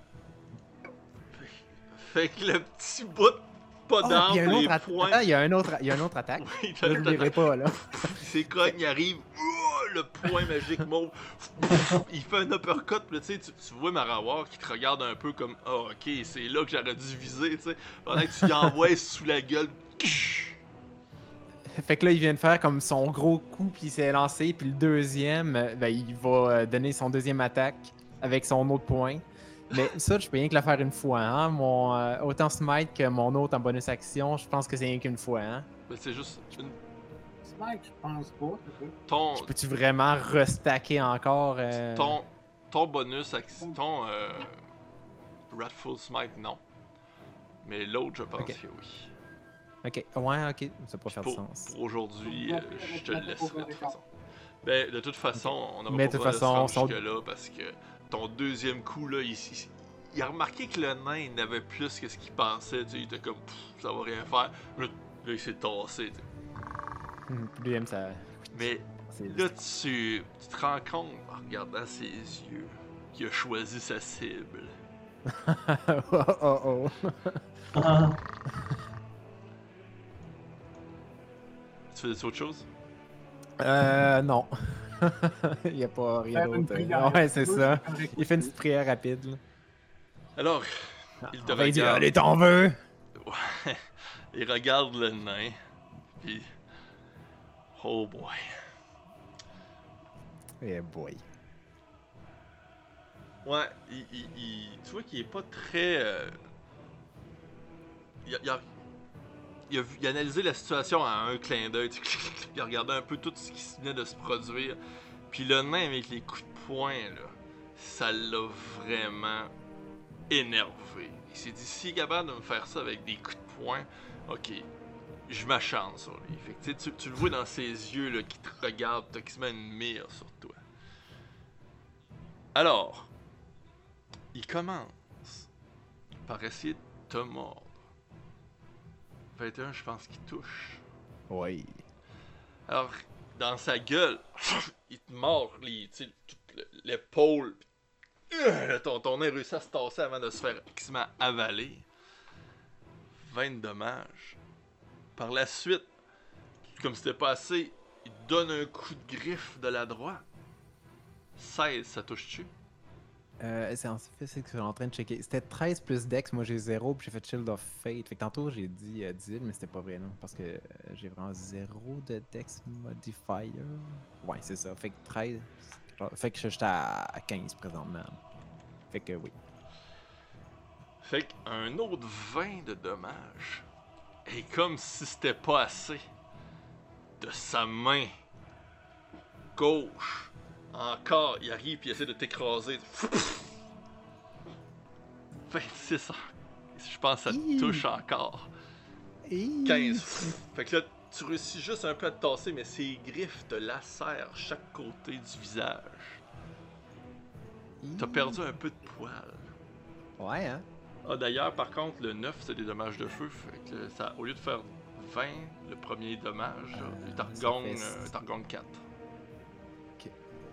Fait que le petit bout de pas Oh, d'arbre, puis un les autre points. Attends, il y a une autre attaque. Oui, Je l'oublierai pas, là. c'est cogne, il arrive, le point magique mauve, il fait un uppercut, puis là, tu sais, tu vois Marawar qui te regarde un peu comme « Ah, oh, ok, c'est là que j'aurais dû viser », tu sais, pendant que tu lui envoies sous la gueule. Fait que là, il vient de faire comme son gros coup, puis il s'est lancé, puis le deuxième, ben, il va donner son deuxième attaque avec son autre point. Mais ça, je peux rien que la faire une fois, hein. Autant Smite que mon autre en bonus action, je pense que c'est rien qu'une fois, hein. Ben, c'est juste une... Smite, je pense pas. C'est ça. ton, Peux-tu vraiment restacker encore ton bonus action, ton Wrathful Smite, non. Mais l'autre, je pense Ok. que oui. Ok, ouais, ok, ça peut faire du Pour, sens. pour aujourd'hui, je te le laisserai de toute façon. Ben, de toute façon, on n'aura Mais pas de toute besoin de se rendre façon, jusque-là parce que ton deuxième coup, là, il a remarqué que le nain il n'avait plus que ce qu'il pensait, tu sais, il était comme, pff, ça va rien faire. Là, il s'est tassé, tu sais. Le deuxième, ça. Mais c'est- là, tu te rends compte, en regardant ses yeux, qu'il a choisi sa cible. oh oh oh. Ah, Tu faisais autre chose? Non. Il n'y a pas rien Faire une d'autre. prière. Ouais, c'est Moi, ça. c'est correct Il fait une aussi. petite prière rapide. Là. Alors, il te Enfin, il dit, regarde. allez, t'en veux! Ouais. Il regarde le nain, puis... Oh boy. Eh boy. Ouais, tu vois qu'il est pas très... Il a analysé la situation à un clin d'œil, tu sais, il a regardé un peu tout ce qui venait de se produire, puis le nain avec les coups de poing, là, ça l'a vraiment énervé. Il s'est dit, s'il est capable de me faire ça avec des coups de poing, ok, je m'acharne sur lui. Fait que, tu le vois dans ses yeux là, qui te regardent, t'as quasiment une mire sur toi. Alors, il commence par essayer de te mordre. 21, je pense qu'il touche. Oui. Alors, dans sa gueule, il te mord toute l'épaule. Ton nez réussit à se tasser avant de se faire quasiment avaler. 20 de dommages. Par la suite, comme c'était pas assez, il te donne un coup de griffe de la droite. 16, ça touche-tu? C'est en fait c'est que je suis en train de checker. C'était 13 plus Dex, moi j'ai 0, puis j'ai fait Shield of Fate. Fait que tantôt j'ai dit 10, mais c'était pas vrai, non? Parce que j'ai vraiment 0 de Dex Modifier. Ouais, c'est ça. Fait que 13. Fait que j'étais à 15 présentement. Fait que oui. Fait qu'un autre 20 de dommages. Et comme si c'était pas assez, de sa main gauche, encore, il arrive et il essaie de t'écraser. 26 ans. Je pense que ça te touche encore. 15. Fait que là, tu réussis juste un peu à te tasser, mais ses griffes te lacèrent chaque côté du visage. T'as perdu un peu de poil. Ouais, hein? Ah, d'ailleurs, par contre, le 9, c'est des dommages de feu. Fait que ça, au lieu de faire 20, le premier dommage, il t'en regagne 4. Ok.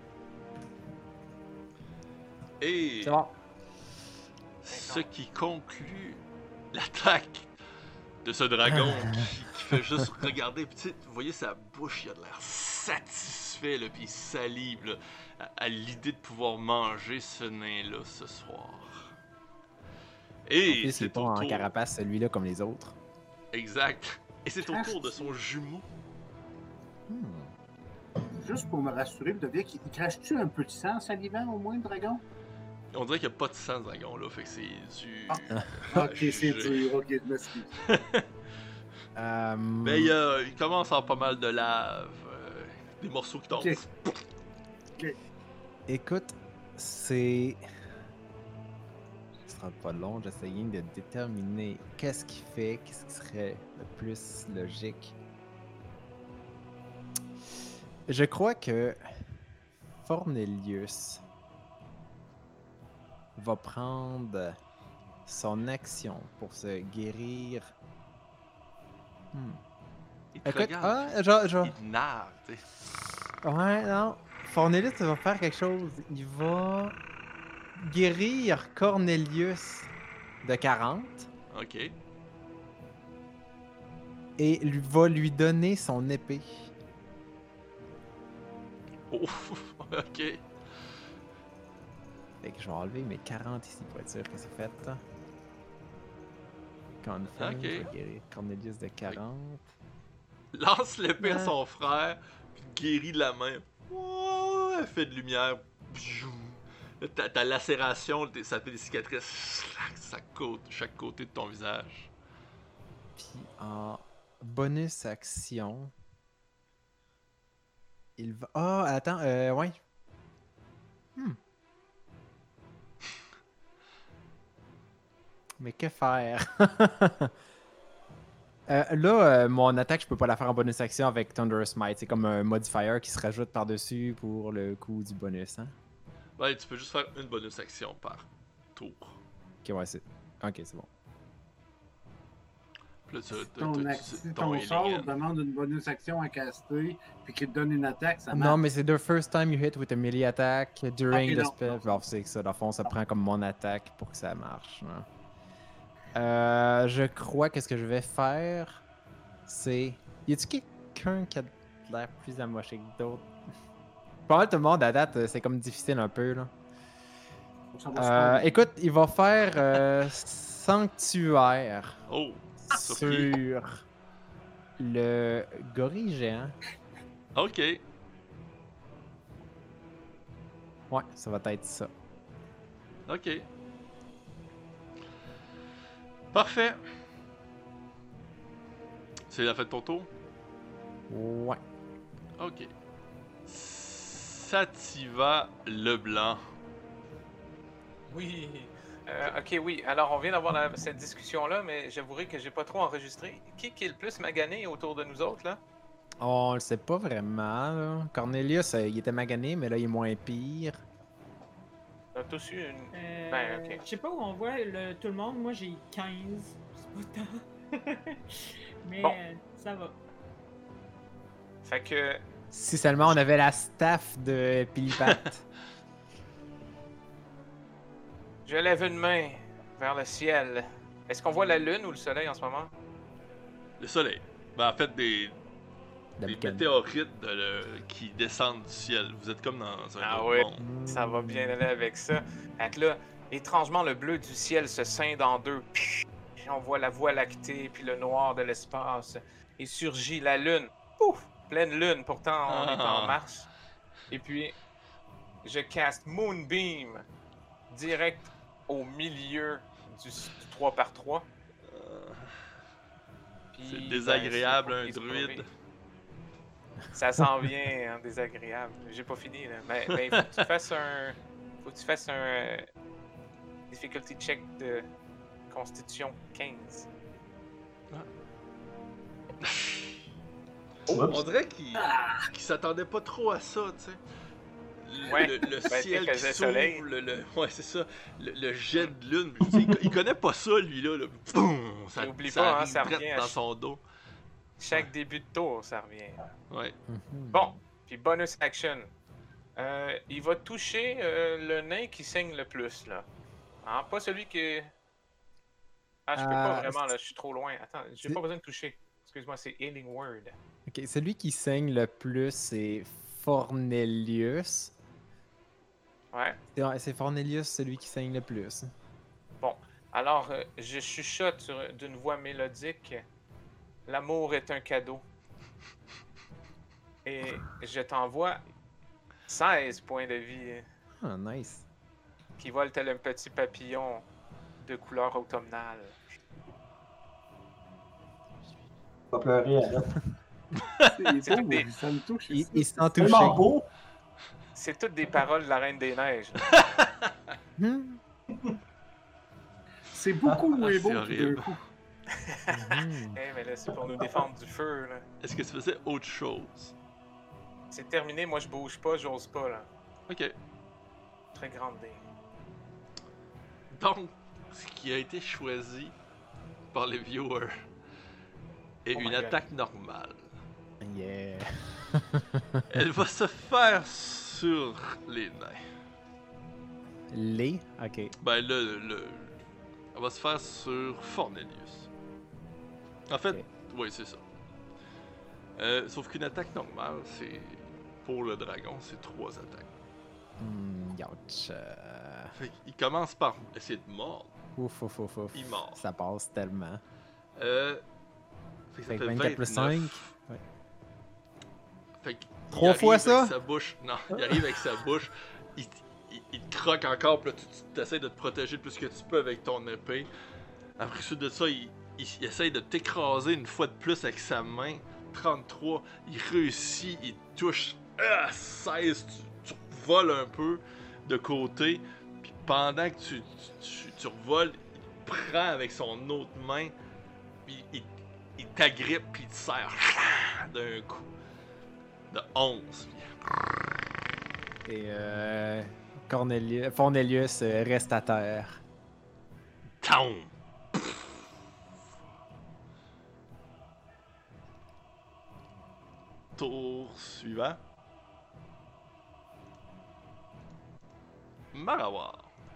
Et C'est bon. ce qui conclut l'attaque de ce dragon qui fait juste regarder. Puis, tu sais, vous voyez sa bouche, il a de l'air satisfait, là, puis il salive là, à l'idée de pouvoir manger ce nain-là ce soir. Et C'est c'est pas au en tour... carapace celui-là comme les autres. Exact. Et c'est au tour de son jumeau. Juste pour me rassurer, Ludovic, il crache-tu un peu de sang salivant au moins, le dragon? On dirait qu'il n'y a pas de sang, ce dragon-là, fait que c'est du... Ok, c'est dur, ok, je m'excuse. Mais il commence à avoir pas mal de lave, des morceaux qui tombent. Ok. Écoute, c'est sera pas long. J'essaye de déterminer qu'est-ce qui serait le plus logique. Je crois que Fornelius va prendre son action pour se guérir. Il te Écoute, regarde, genre. il te narre, tu sais. Ouais, non. Fornelius va faire quelque chose. Il va guérir Cornelius de 40 Ok. et va lui donner son épée. Oh, ok. Fait que je vais enlever mes 40 ici pour être sûr que c'est fait. Confirm, Ok. je vais guérir Cornelius de 40. Lance l'épée à Ouais. son frère, puis guérit de la main. Oh, elle fait de lumière. Pfiou. Là, ta lacération, ça fait des cicatrices. Chaque côté de ton visage. Puis en bonus action, il va. Ah, attends, ouais. Mais que faire? Mon attaque, je peux pas la faire en bonus action avec Thunderous Might. C'est comme un modifier qui se rajoute par-dessus pour le coup du bonus, hein? Ouais, tu peux juste faire une bonus action par tour. Ok, ouais, c'est. Ok, c'est bon. Puis là, Si ton ton sort healing. demande une bonus action à caster, puis qu'il te donne une attaque, ça marche. Non, mais c'est the first time you hit with a melee attack during Ok, the non. spell. Alors, c'est que ça, dans le fond, ça prend comme mon attaque pour que ça marche. Hein. Je crois que ce que je vais faire, c'est. Y a-tu quelqu'un qui a l'air plus amoché que d'autres? Pas mal tout le monde à date, c'est comme difficile un peu, là. Ça va super bien. Écoute, il va faire sanctuaire Oh, sur sur qui? le gorille géant. Ok. Ouais, ça va être ça. Ok. Parfait. C'est la fin de ton tour? Ouais. Ok. Sativa Leblanc. Oui. Ok, oui. Alors, on vient d'avoir cette discussion-là, mais j'avouerai que j'ai pas trop enregistré. Qui est le plus magané autour de nous autres, là? On le sait pas vraiment, là. Cornelius, il était magané, mais là, il est moins pire. On a tous eu une... Euh, Ben, ok. Je sais pas où on voit tout le monde. Moi, j'ai 15. C'est pas tant. Mais Bon. ça va. Fait que... Si seulement on avait la staff de Pilipat. Je lève une main vers le ciel. Est-ce qu'on voit la lune ou le soleil en ce moment? Le soleil. Ben, en fait, des D'habitude. météorites qui descendent du ciel. Vous êtes comme dans un Ah autre ouais. monde. Ça va bien aller avec ça. Fait que là, étrangement, le bleu du ciel se scinde en deux. Puis on voit la voie lactée, puis le noir de l'espace. Et surgit la lune. Pouf! Pleine lune, pourtant on est en marche. Et puis, je caste Moonbeam direct au milieu du 3x3. Puis, C'est ben, désagréable, c'est un pour druide. explorer. Ça s'en vient, hein, désagréable. J'ai pas fini, là. Mais il faut que tu fasses un... Faut que tu fasses un... difficulty check de Constitution 15. On Oups. dirait qu'il s'attendait pas trop à ça, tu sais. Ouais. Le Ben, ciel dès que qui le soleil. s'ouvre, ouais, c'est ça. Le jet de lune. Tu sais, il connaît pas ça, lui, là. Boum! Ça, N'oublie ça pas, hein, arrive ça direct revient à dans son dos. Chaque début de tour, ça revient. Ouais. Bon, puis bonus action. Il va toucher le nain qui saigne le plus, là. Hein, pas celui qui... Ah, je peux pas vraiment, là, je suis trop loin. Attends, j'ai c'est- pas besoin de toucher. Excuse-moi, c'est Healing Word. Ok, celui qui saigne le plus, c'est Fornelius. Ouais. C'est Fornelius, celui qui saigne le plus. Alors, je chuchote d'une voix mélodique. L'amour est un cadeau. Et je t'envoie 16 points de vie Ah, nice. qui volent tel un petit papillon de couleur automnale. Pas pleurer, arrête. C'est tout beau, des- ça me touche. Il se sent touché. Tellement beau! C'est toutes des paroles de la Reine des Neiges. Hmm. C'est beaucoup moins c'est beau tout horrible. d'un coup. Mais là, c'est pour nous défendre du feu, là. Est-ce que tu faisais autre chose? C'est terminé, moi je bouge pas, j'ose pas, là. Ok. Très grande dé. Donc, ce qui a été choisi par les viewers est Oh my une God. attaque normale. Yeah. Elle va se faire sur les nains. Les? Ok. Ben elle va se faire sur Fornelius. En fait, Ok. oui, c'est ça. Sauf qu'une attaque normale, c'est pour le dragon, c'est 3 attaques. Youch. Fait qu'il commence par essayer de mordre. Ouf. Il mord. Ça passe tellement. Fait que ça Fait que fait 24 plus 29. 5. Ouais. Fait qu'il 3 arrive fois avec ça? sa bouche. Non, il arrive avec sa bouche. Il te croque encore, puis là, tu essaies de te protéger le plus que tu peux avec ton épée. Après suite de ça, il essaye de t'écraser une fois de plus avec sa main. 33, il réussit, il touche 16, tu voles un peu de côté. Puis pendant que tu revoles, il te prend avec son autre main, puis il t'agrippe, puis il te serre d'un coup. De 11. Et Fornelius reste à terre. Town! Tour suivant. Marawar.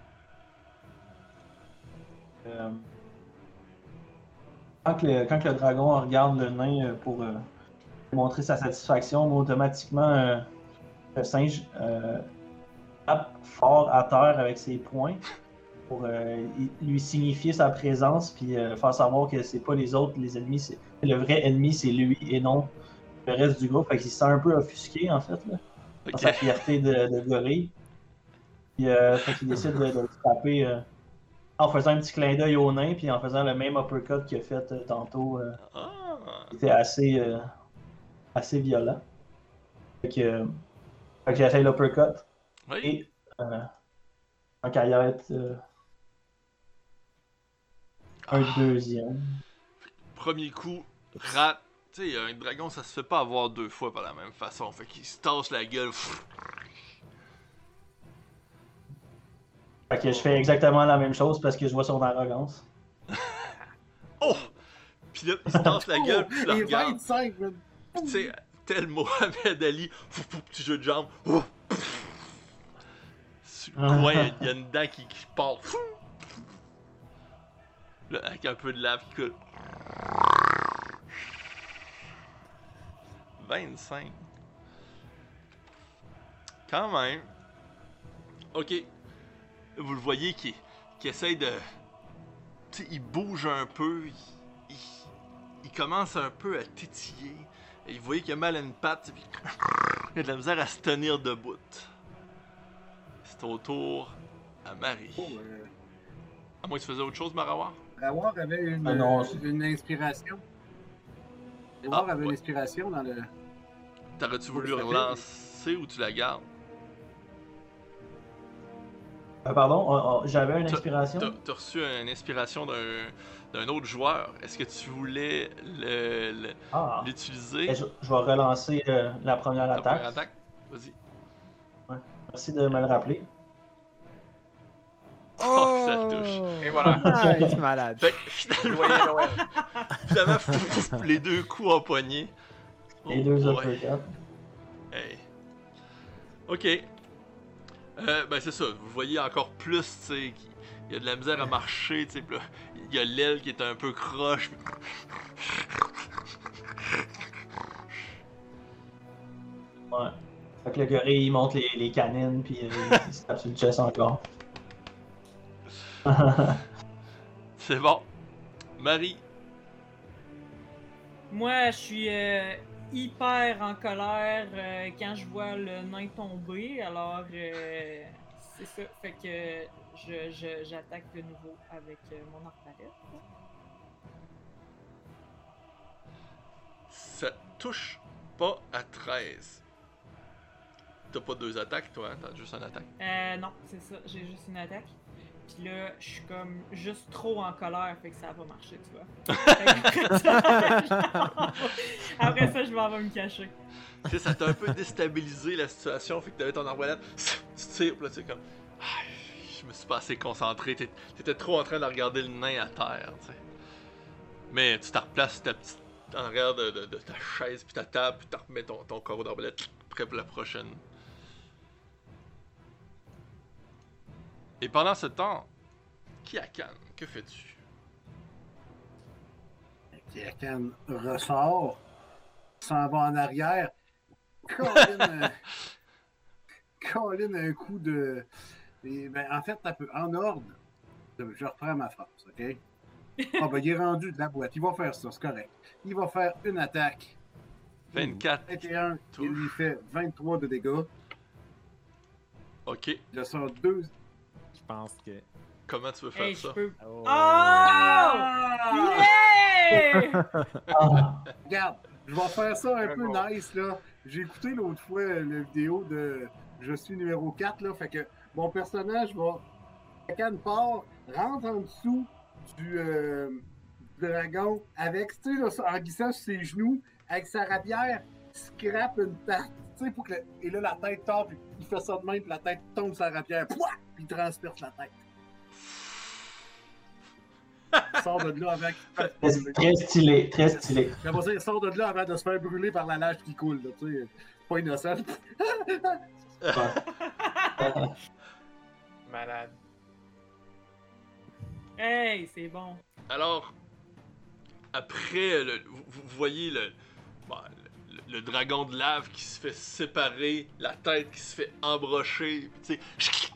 Quand le dragon regarde le nain pour montrer sa satisfaction, automatiquement, le singe tape fort à terre avec ses poings pour lui signifier sa présence puis faire savoir que c'est pas les autres, les ennemis, le vrai ennemi c'est lui et non le reste du groupe. Fait qu'il se sent un peu offusqué en fait, là, dans sa Ok. fierté de gorille. Puis fait qu'il décide de le frapper en faisant un petit clin d'œil au nain puis en faisant le même uppercut qu'il a fait tantôt. Ah! Qui était assez violent. Fait que j'essaie l'uppercut Oui. et en carrière un deuxième. Premier coup, rate. Tu sais, un dragon, ça se fait pas avoir 2 fois par la même façon. Fait qu'il se tasse la gueule. Fait que je fais exactement la même chose parce que je vois son arrogance. Oh! Puis là, il se tasse la gueule, puis tu le Et regardes. 25, man. Puis tu sais, tel Mohamed Ali, petit jeu de jambes. Sur le coin, il y a une dent qui part. Là, avec un peu de lave qui coule. 25. Quand même. Ok. Vous le voyez qui essaye de... Tu sais, il bouge un peu. Il commence un peu à tétiller. Et vous voyez qu'il a mal à une patte. Puis il a de la misère à se tenir debout. C'est au tour à Marie. Oh, À moins que tu faisais autre chose, Marawar? Rawar avait une, Ah non, une inspiration. Rawar avait ouais. une inspiration dans le. T'aurais-tu voulu Tout à fait. relancer ou tu la gardes? Pardon, j'avais une inspiration. T'as reçu une inspiration d'un autre joueur. Est-ce que tu voulais l'utiliser? Je vais relancer la première Ta attaque. première attaque? Vas-y. Merci de me le rappeler. Oh, ça touche. Et voilà. Nice, malade. Fait que finalement, Joyeux Noël. les 2 coups empoignés. Les deux boy. uppercuts. Hey. Ok. Ben c'est ça, vous voyez encore plus, tu sais, il y a de la misère à marcher, tu sais, puis là, il y a l'aile qui est un peu croche. Ouais. Fait que le gorille, il monte les canines, puis il se tape sur le chest encore. C'est bon. Marie, Moi, je suis hyper en colère quand je vois le nain tomber. Alors, c'est ça. Fait que j'attaque de nouveau avec mon arbalète. ça touche pas à 13. T'as pas 2 attaques, toi, hein? T'as juste une attaque. Non, c'est ça. J'ai juste une attaque. Puis là, je suis comme juste trop en colère, fait que ça va marcher, tu vois. Après ça, je m'en vais me cacher. Tu sais, ça t'a un peu déstabilisé la situation, fait que t'avais ton arbalète, tu tires, pis là, tu sais, comme. Ah, je me suis pas assez concentré, t'étais trop en train de regarder le nain à terre, tu sais. Mais tu te replaces en arrière de ta chaise, puis ta table, puis tu remets ton carreau d'arbalète prêt pour la prochaine. Et pendant ce temps, Kiakan, que fais-tu? Kiakan ressort, s'en va en arrière, colline un coup de... Et ben, en fait, en ordre, je reprends ma phrase, OK? Ah ben, il est rendu de la boîte, il va faire ça, c'est correct. Il va faire une attaque. 24. 21, il lui fait 23 de dégâts. Ok, Je sors 2. Je pense que. comment tu veux faire Hey, ça? je peux. Oh! Oh! Yeah! Ah, Regarde, je vais faire ça un Ouais, peu bon. nice, là. J'ai écouté l'autre fois la vidéo de Je suis numéro 4, là. Fait que mon personnage va. Kiakan part, rentre en dessous du dragon avec, tu sais, là, en glissant sur ses genoux, avec sa rapière, scrape une patte. Tu sais, pour que et là, la tête tombe, puis il fait ça de même, puis la tête tombe sur la rapière, pouah, puis il transperce la tête. Il sort de là avant qu'il se fasse brûler. très stylé, très stylé. J'aimerais dire, il sort de là avant de se faire brûler par la lâche qui coule, là, tu sais. Pas innocent. Malade. Hey, c'est bon. Alors, après, vous voyez le dragon de lave qui se fait séparer, la tête qui se fait embrocher, puis tu sais.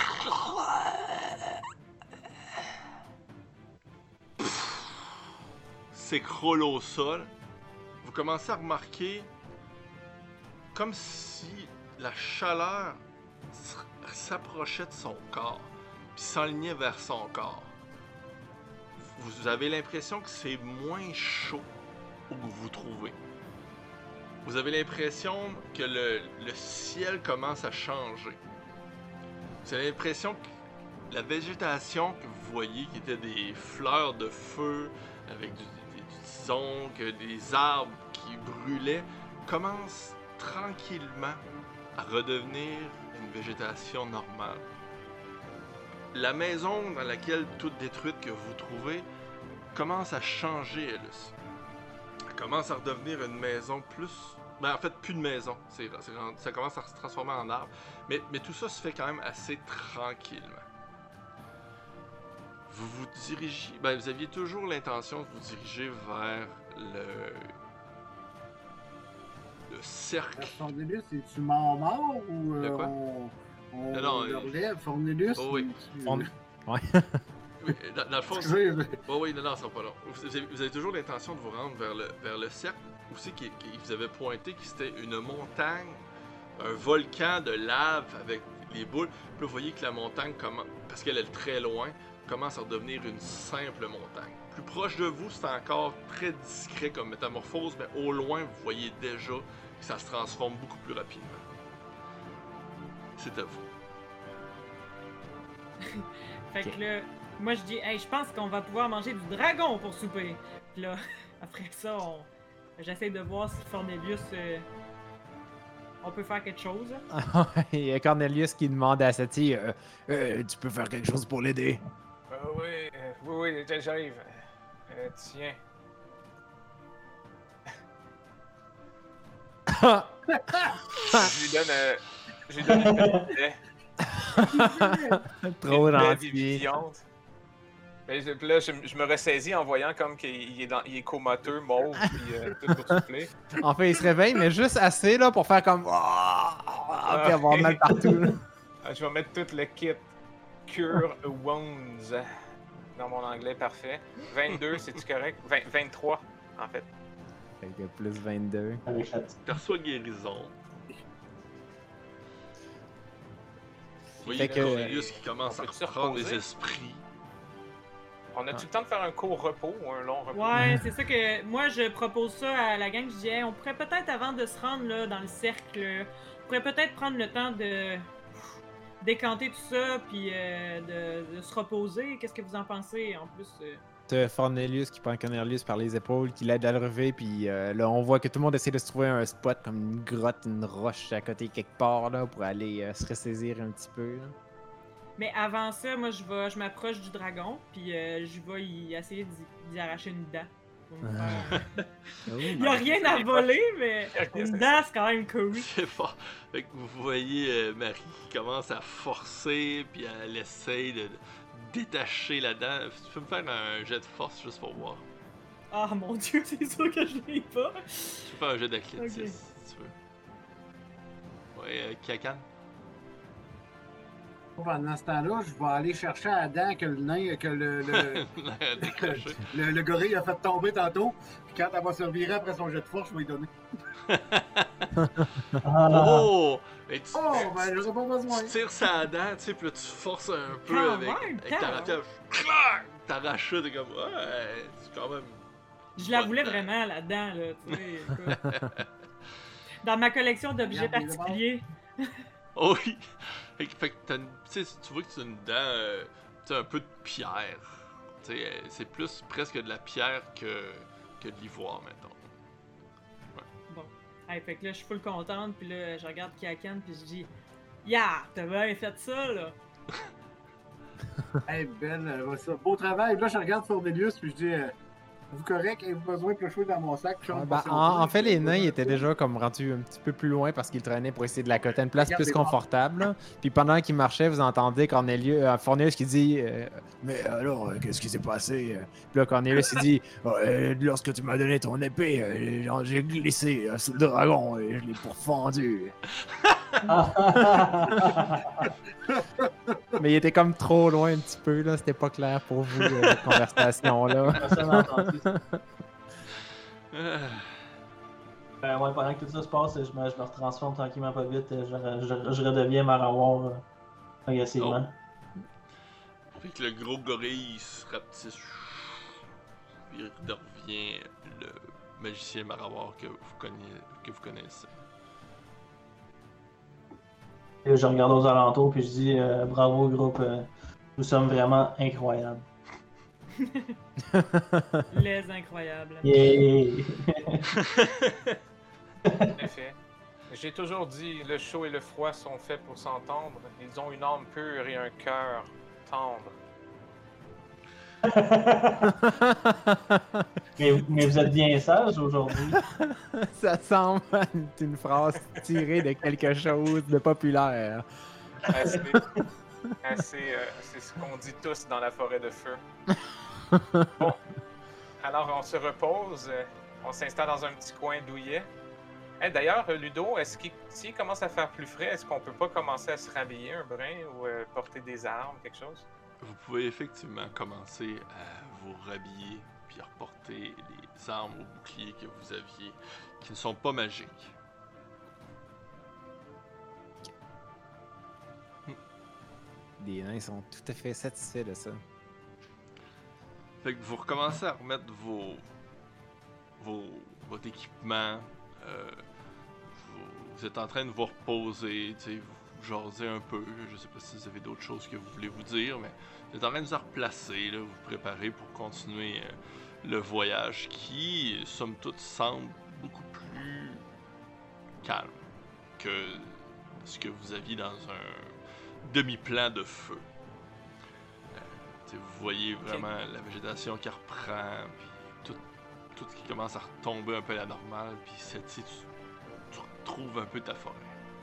S'écroule au sol. Vous commencez à remarquer comme si la chaleur s'approchait de son corps, puis s'enlignait vers son corps. Vous avez l'impression que c'est moins chaud où vous vous trouvez. Vous avez l'impression que le ciel commence à changer. Vous avez l'impression que la végétation que vous voyez, qui était des fleurs de feu, avec du zonk, des arbres qui brûlaient, commence tranquillement à redevenir une végétation normale. La maison dans laquelle toute détruite que vous trouvez commence à changer, elle aussi. Elle commence à redevenir une maison plus... Ben en fait, plus de maison. Ça commence à se transformer en arbre. Mais tout ça se fait quand même assez tranquillement. Vous vous dirigez... Ben vous aviez toujours l'intention de vous diriger vers le cercle. Fornelius, es-tu mort ou De quoi? on Non, le relève? Fornelius? Oh oui. Oui, dans le fond, Excusez, oui, non, ça va pas long. Vous avez toujours l'intention de vous rendre vers le cercle, aussi qui vous avait pointé que c'était une montagne, un volcan de lave avec les boules. Puis là, vous voyez que la montagne, parce qu'elle est très loin, commence à devenir une simple montagne. Plus proche de vous, c'est encore très discret comme métamorphose, mais au loin, vous voyez déjà que ça se transforme beaucoup plus rapidement. C'est à vous. Fait que là, moi je dis, hey, je pense qu'on va pouvoir manger du dragon pour souper. Puis là, après ça, j'essaie de voir si Fornelius, on peut faire quelque chose. Il y a Cornelius qui demande à Sati tu peux faire quelque chose pour l'aider? Oui, j'arrive. Tiens. Je lui donne une petite baie. Trop Une baie gentil. vivifiante. Mais puis là, je me ressaisis en voyant comme qu'il est comateux, mauve, puis tout boursouflé. En fait, il se réveille, mais juste assez là pour faire comme. Puis avoir mal partout. Là. Je vais mettre tout le kit Cure Wounds dans mon anglais parfait. 22, c'est-tu correct? 23, en fait. Fait que plus 22. Avec la Perçois guérison. Vous voyez Fait que- Cornelius qui commence on à peut-tu reprendre reposer? des esprits. On a-tu le temps de faire un court repos ou un long repos? Ouais, c'est ça que moi je propose ça à la gang. Je dis, hey, on pourrait peut-être avant de se rendre là dans le cercle, on pourrait peut-être prendre le temps de décanter tout ça, puis de se reposer. Qu'est-ce que vous en pensez? En plus, T'as Cornelius qui prend Cornelius par les épaules, qui l'aide à le relever, puis là, on voit que tout le monde essaie de se trouver un spot, comme une grotte, une roche à côté quelque part, là, pour aller se ressaisir un petit peu. Là. mais avant ça, moi, je m'approche du dragon, puis je vais essayer d'y arracher une dent. Pour me faire- Il n'y a rien à voler, mais une dent, c'est quand même cool. C'est fort. Fait que vous voyez Marie qui commence à forcer, puis elle essaye de détacher la dent. Tu peux me faire un jet de force juste pour voir. Ah mon dieu, c'est sûr que je l'ai pas. Tu peux faire un jet d'athlétisme Ok. si tu veux. Ouais, Kakan. Pendant ce temps-là, je vais aller chercher la dent que le nain, que Décroché. le gorille a fait tomber tantôt. Puis quand elle va se revirer après son jet de force, je vais lui donner. Oh! Et tu, Oh, ben j'aurais pas besoin. tu tires sa dent, tu sais, puis là tu forces un peu Quand avec même, ta quand rapière. Clac! T'arraches ça, t'es comme, ouais, c'est quand même. Je la Bonne voulais dent. vraiment, la dent, là, tu sais. Écoute. Dans ma collection d'objets Regardez le particuliers. Oh oui! Fait que tu sais, tu vois que c'est une dent, tu sais, un peu de pierre. Tu sais, c'est plus presque de la pierre que de l'ivoire, mettons. Bon. Hey, fait que là, je suis full contente, puis là, je regarde Kiakan, puis je dis yeah, t'as bien fait ça, là. Hey, belle, ça. Beau travail. Là, je regarde Cornelius, puis je dis vous correct, avez-vous besoin que je sois dans mon sac? Puis je rentre passer au En feu? fait, les nains ils étaient déjà comme rendus un petit peu plus loin parce qu'ils traînaient pour essayer de la coter à une place Regarde plus les bords. confortable. là. Puis pendant qu'ils marchaient, vous entendez Cornelius qui dit mais alors, qu'est-ce qui s'est passé? Puis là, Cornelius il dit lorsque tu m'as donné ton épée, j'ai glissé sous le dragon et je l'ai pourfendu. Mais il était comme trop loin un petit peu, là. C'était pas clair pour vous, cette conversation-là. Personne n'a entendu ça. Ah, Ouais, pendant que tout ça se passe, je me retransforme tranquillement pas vite. Je redeviens Marawar progressivement. Fait que le gros gorille il se rapetisse. Il redevient le magicien Marawar que vous connaissez. Et je regarde aux alentours puis je dis bravo groupe, nous sommes vraiment incroyables. Les incroyables. Yeah! En effet. J'ai toujours dit, le chaud et le froid sont faits pour s'entendre. Ils ont une âme pure et un cœur tendre. mais vous êtes bien sage aujourd'hui. Ça semble être une phrase tirée de quelque chose de populaire. C'est ce qu'on dit tous dans la forêt de feu. Bon, alors on se repose, on s'installe dans un petit coin douillet. Hey, d'ailleurs, Ludo, s'il commence à faire plus frais, est-ce qu'on peut pas commencer à se rhabiller un brin ou porter des armes, quelque chose? Vous pouvez effectivement commencer à vous rhabiller puis à reporter les armes ou boucliers que vous aviez qui ne sont pas magiques. Les nains sont tout à fait satisfaits de ça. Fait que vous recommencez à remettre votre équipement. Vous êtes en train de vous reposer, tu sais, vous jasez un peu. Je sais pas si vous avez d'autres choses que vous voulez vous dire, mais vous êtes en train de vous replacer, là, vous préparer pour continuer le voyage qui, somme toute, semble beaucoup plus calme que ce que vous aviez dans un demi-plan de feu. Vous voyez vraiment la végétation qui reprend, puis tout ce qui commence à retomber un peu à la normale, puis tu retrouves un peu ta forêt.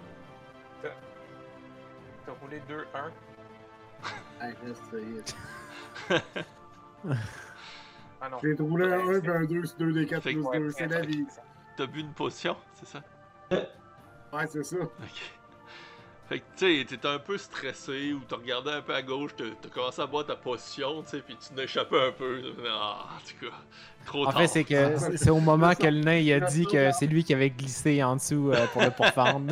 T'as roulé 2-1. Hey, ça y est. Ah non. J'ai trouvé un 1 puis un 2, c'est 2 des 4 Fait que- plus 2, c'est la vie. T'as bu une potion, c'est ça? Ouais, c'est ça. Ok. Fait que tu sais, t'étais un peu stressé, ou t'as regardé un peu à gauche, t'as commencé à boire ta potion, tu sais, puis tu n'as échappé un peu. Ah, en tout cas, trop En tard. fait, c'est que c'est au moment que le nain il a dit que c'est lui qui avait glissé en dessous pour le pourfendre.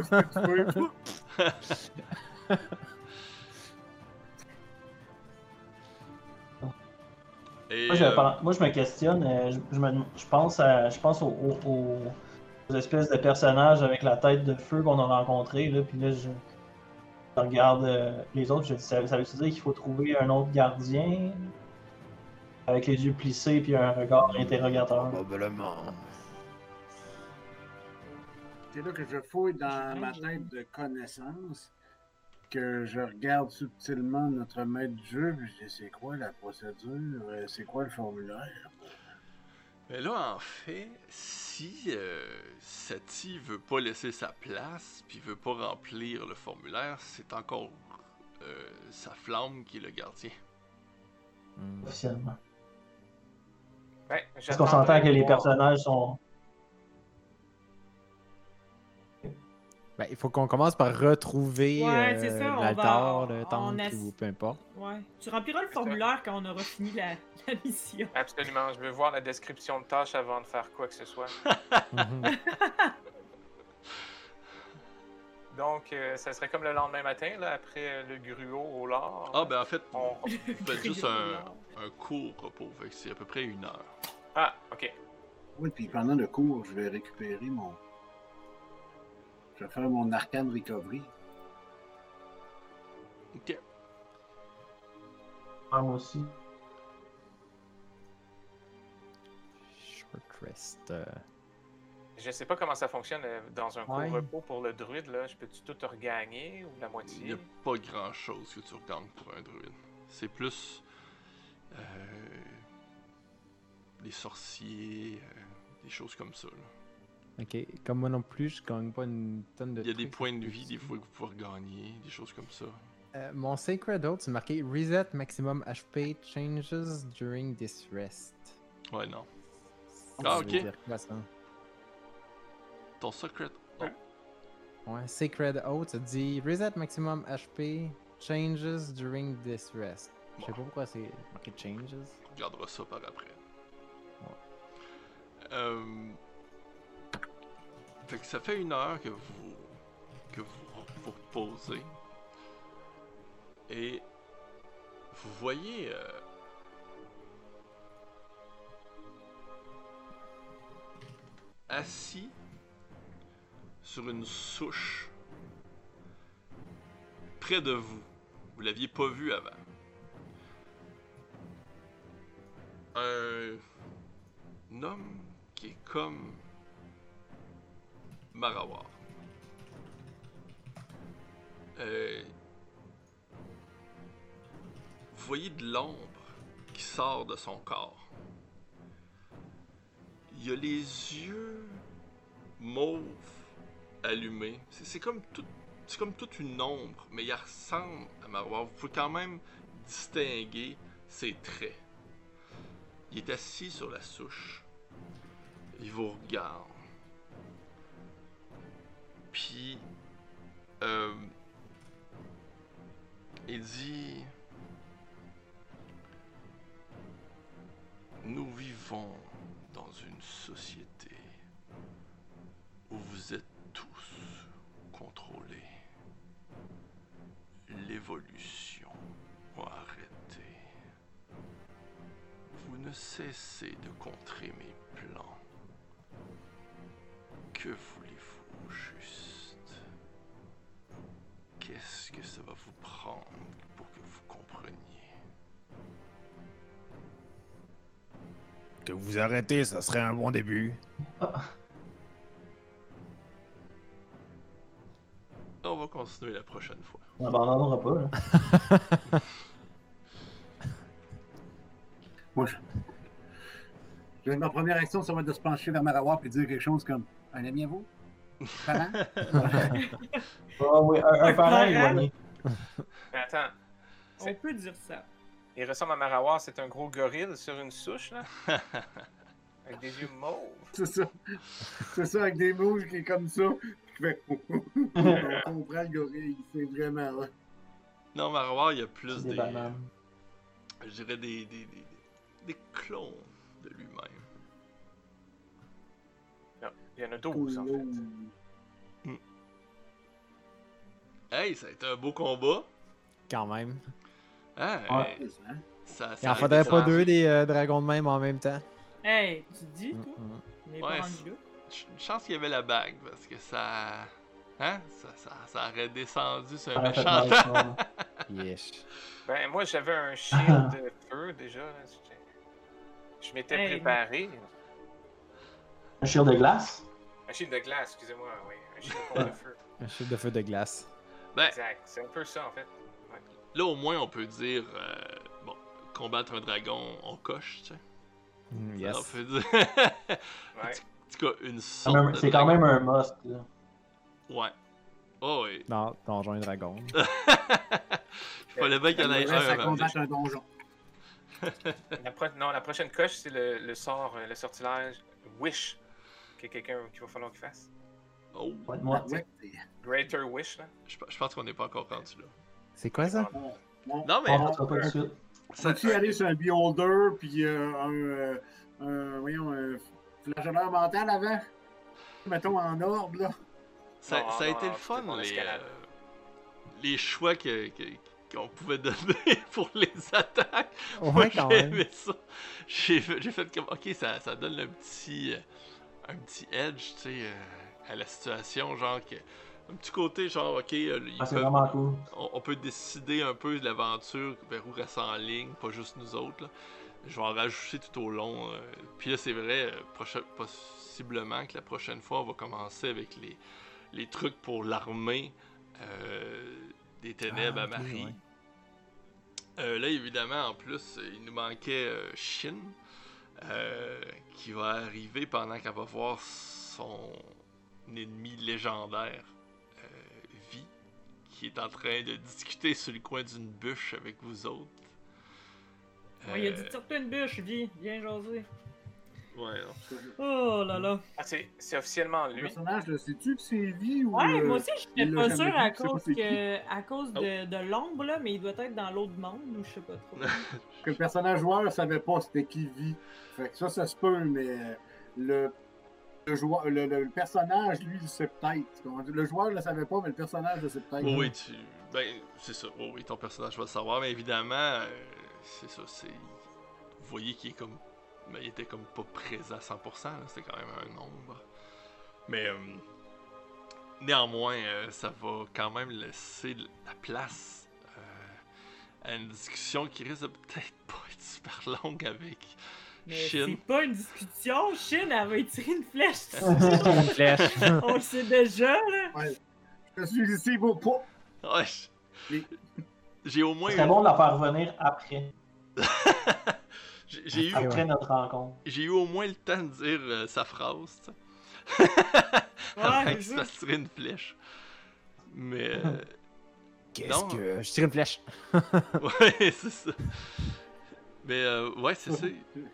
Et, Moi, je me questionne, je pense aux espèces de personnages avec la tête de feu qu'on a rencontrés, là, puis là, Je regarde les autres, je dis, ça veut dire qu'il faut trouver un autre gardien avec les yeux plissés puis un regard interrogateur. Probablement. C'est là que je fouille dans ma tête de connaissances, que je regarde subtilement notre maître du jeu, puis je dis c'est quoi la procédure, c'est quoi le formulaire? Mais là, en fait, si Sati veut pas laisser sa place, puis veut pas remplir le formulaire, c'est encore sa flamme qui est le gardien. Officiellement. Ouais, Est-ce qu'on s'entend que les personnages sont. Ben, il faut qu'on commence par retrouver Ouais, c'est ça, on l'altar, va- le on temple ass- ou peu importe. Ouais. Tu rempliras le formulaire quand on aura fini la mission. Absolument, je veux voir la description de tâche avant de faire quoi que ce soit. Mhm. Donc, ça serait comme le lendemain matin, là, après le gruau au lard. Ah, ben en fait, On- vous faites juste un court repos, fait que c'est à peu près 1 heure. Ah, ok. Oui, puis pendant le cours, je vais récupérer mon. Je vais faire mon arcane recovery. Ok. Ah, moi aussi. Short rest. Je sais pas comment ça fonctionne dans un court Ouais. repos pour le druide, là. Je peux-tu tout regagner ou la Il n'y moitié? a pas grand chose que tu regagnes pour un druide. C'est plus des sorciers, des choses comme ça. Là. Ok, comme moi non plus, je gagne pas une tonne de Il y a des trucs. points de vie, des fois, que vous pouvez regagner, des choses comme ça. Mon Sacred Oath, c'est marqué Reset maximum HP changes during this rest. Ouais, non. Ça Ah, veut ok. dire quoi, ça? Ton secret. Non. Ouais, Sacred Oath, ça dit Reset maximum HP changes during this rest. Je sais pas pourquoi c'est marqué changes. On regardera ça par après. Fait que ça fait 1 heure que vous vous reposez. Et vous voyez assis sur une souche près de vous. Vous l'aviez pas vu avant. Un homme qui est comme Marawar. Vous voyez de l'ombre qui sort de son corps. Il a les yeux mauves allumés. C'est comme toute une ombre, mais il ressemble à Marawar. Vous pouvez quand même distinguer ses traits. Il est assis sur la souche. Il vous regarde. Puis, il dit: nous vivons dans une société où vous êtes tous contrôlés. L'évolution a arrêté. Vous ne cessez de contrer mes plans. Que voulez-vous juste? Qu'est-ce que ça va vous prendre pour que vous compreniez? Que vous arrêtez, ça serait un bon début. On va continuer la prochaine fois. On n'abandonnera pas, là. Moi, ma première action, ça va être de se pencher vers Marawar et dire quelque chose comme un ami à vous? Parent? Ah oui, un parent éloigné. Mais attends, On peut dire ça. il ressemble à Marawar, c'est un gros gorille sur une souche, là. Avec des yeux mauves. C'est ça. C'est ça, avec des mouches qui est comme ça. Qui fait on comprend le gorille, c'est vraiment là. Non, Marawar, il y a plus C'est des. des bananes. Je dirais des clones de lui-même. Non, il y en a 12, en fait. Hey, ça a été un beau combat. Quand même. Hein? Ouais. hey, ça Il en a faudrait été pas ça. 2 des dragons de même en même temps. Hey, tu te dis, toi? Mhm. On est Ouais, pas rendu là. Une chance qu'il y avait la bague, parce que ça Hein? Ça aurait descendu sur Ça un aurait fait méchant mal, temps. ça. Yes. Ben, moi, j'avais un shield de feu déjà. Là. Je m'étais Hey. préparé. Un shield de glace? Un shield de glace, excusez-moi, oui. Un shield contre le feu. Un chute de feu de glace. Ben, Exact. C'est un peu ça, en fait. Ouais. là, au moins, on peut dire, bon, combattre un dragon, on coche, tu sais. Yes. On peut dire, Ouais. en tout cas, une sorte de C'est quand dragon. même un must. Là. Ouais. Oh, oui. Non, Donjon et Dragon. Il fallait bien qu'il y en ait Ça un avant. combattre un donjon. Non, la prochaine coche, c'est le sort, le sortilège Wish. Que quelqu'un qu'il va falloir qu'il fasse. Oh, Ouais, moi, Ouais. Greater Wish, là. je pense qu'on n'est pas encore rendu là. C'est quoi ça? Bon, bon. Non, mais on ne pas tout de suite. ça, Faut-tu aller sur un beholder puis voyons, un flageoleur mental avant? Mettons en ordre, là. ça a été non, le fun, c'était mon escalade. les choix qu'on pouvait donner pour les attaques. Ouais, Moi, quand j'ai même. aimé ça. J'ai fait comme, ok, ça donne un petit edge, tu sais, à la situation, genre que un petit côté, genre, ok, C'est vraiment cool. on peut décider un peu de l'aventure vers où elle s'enligne, pas juste nous autres. Là. Je vais en rajouter tout au long. Puis là, c'est vrai, possiblement que la prochaine fois, on va commencer avec les trucs pour l'armée des ténèbres Ah, à ok, Marie. ouais. Là, évidemment, en plus, il nous manquait Shin, qui va arriver pendant qu'elle va voir son ennemi légendaire, Vi, qui est en train de discuter sur le coin d'une bûche avec vous autres. Ouais, il a dit tire-toi une bûche, viens jaser. Ouais, non. Oh là là. Ah, c'est officiellement Le lui. personnage, là, sais-tu que c'est vie ou. Ouais, moi aussi, j'étais il l'a pas jamais sûr vu, à tu sais pas cause, c'est qui? à cause de l'ombre, là, mais il doit être dans l'autre monde ou je sais pas trop. Que le personnage joueur savait pas c'était qui vie. Fait que ça se peut, mais le personnage, lui, il sait peut-être. Le joueur le savait pas, mais le personnage le sait peut-être. Oui, ben, c'est ça. Oui, ton personnage va le savoir, mais évidemment, c'est ça. Vous voyez qu'il est comme. Mais il était comme pas présent à 100%, là, c'était quand même un nombre. Mais néanmoins, ça va quand même laisser la place à une discussion qui risque de peut-être pas être super longue avec Mais Shin. c'est pas une discussion, Shin, elle va tirer une flèche. Une flèche. On le sait déjà, là. Je suis ici pour pas. Ouais, j'ai au moins C'est bon de la faire revenir après. j'ai eu Ah, ouais. Après notre rencontre. j'ai eu au moins le temps de dire sa phrase, tu sais. Avant Ouais, qu'il se c'est fasse tirer une flèche. Mais Qu'est-ce Non. que. Je tire une flèche. ouais, c'est ça. Mais ouais, c'est ça.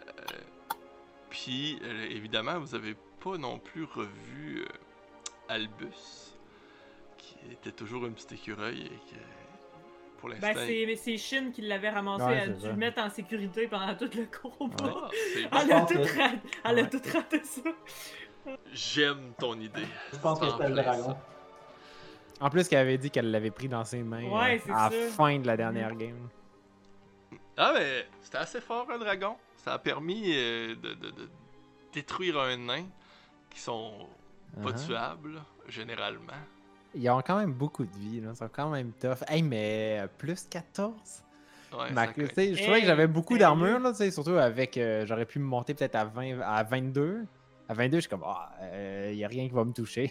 Puis évidemment, vous avez pas non plus revu Albus, qui était toujours un petit écureuil et que pour l'instant. Ben, c'est Shin qui l'avait ramassé. Ouais, Elle a c'est dû ça. le mettre en sécurité pendant tout le combat. Ah, c'est bon. Elle a pense tout que- raté, elle a Ouais. tout raté ça. J'aime ton idée. Je pense que C'est c'était en le plein dragon. ça. En plus, qu'elle avait dit qu'elle l'avait pris dans ses mains Ouais, c'est à la ça. fin de la dernière game. Ah, mais c'était assez fort un dragon. Ça a permis de détruire un nain qui sont pas Uh-huh. tuables, généralement. Ils ont quand même beaucoup de vie, là. Ils sont quand même tough. Hey, mais plus 14? Ouais, Ma- ça tu coûte. sais, je trouvais que j'avais beaucoup sérieux? d'armure, là, tu sais, surtout avec. J'aurais pu me monter peut-être à 20, à 22. À 22, je suis comme, y a rien qui va me toucher.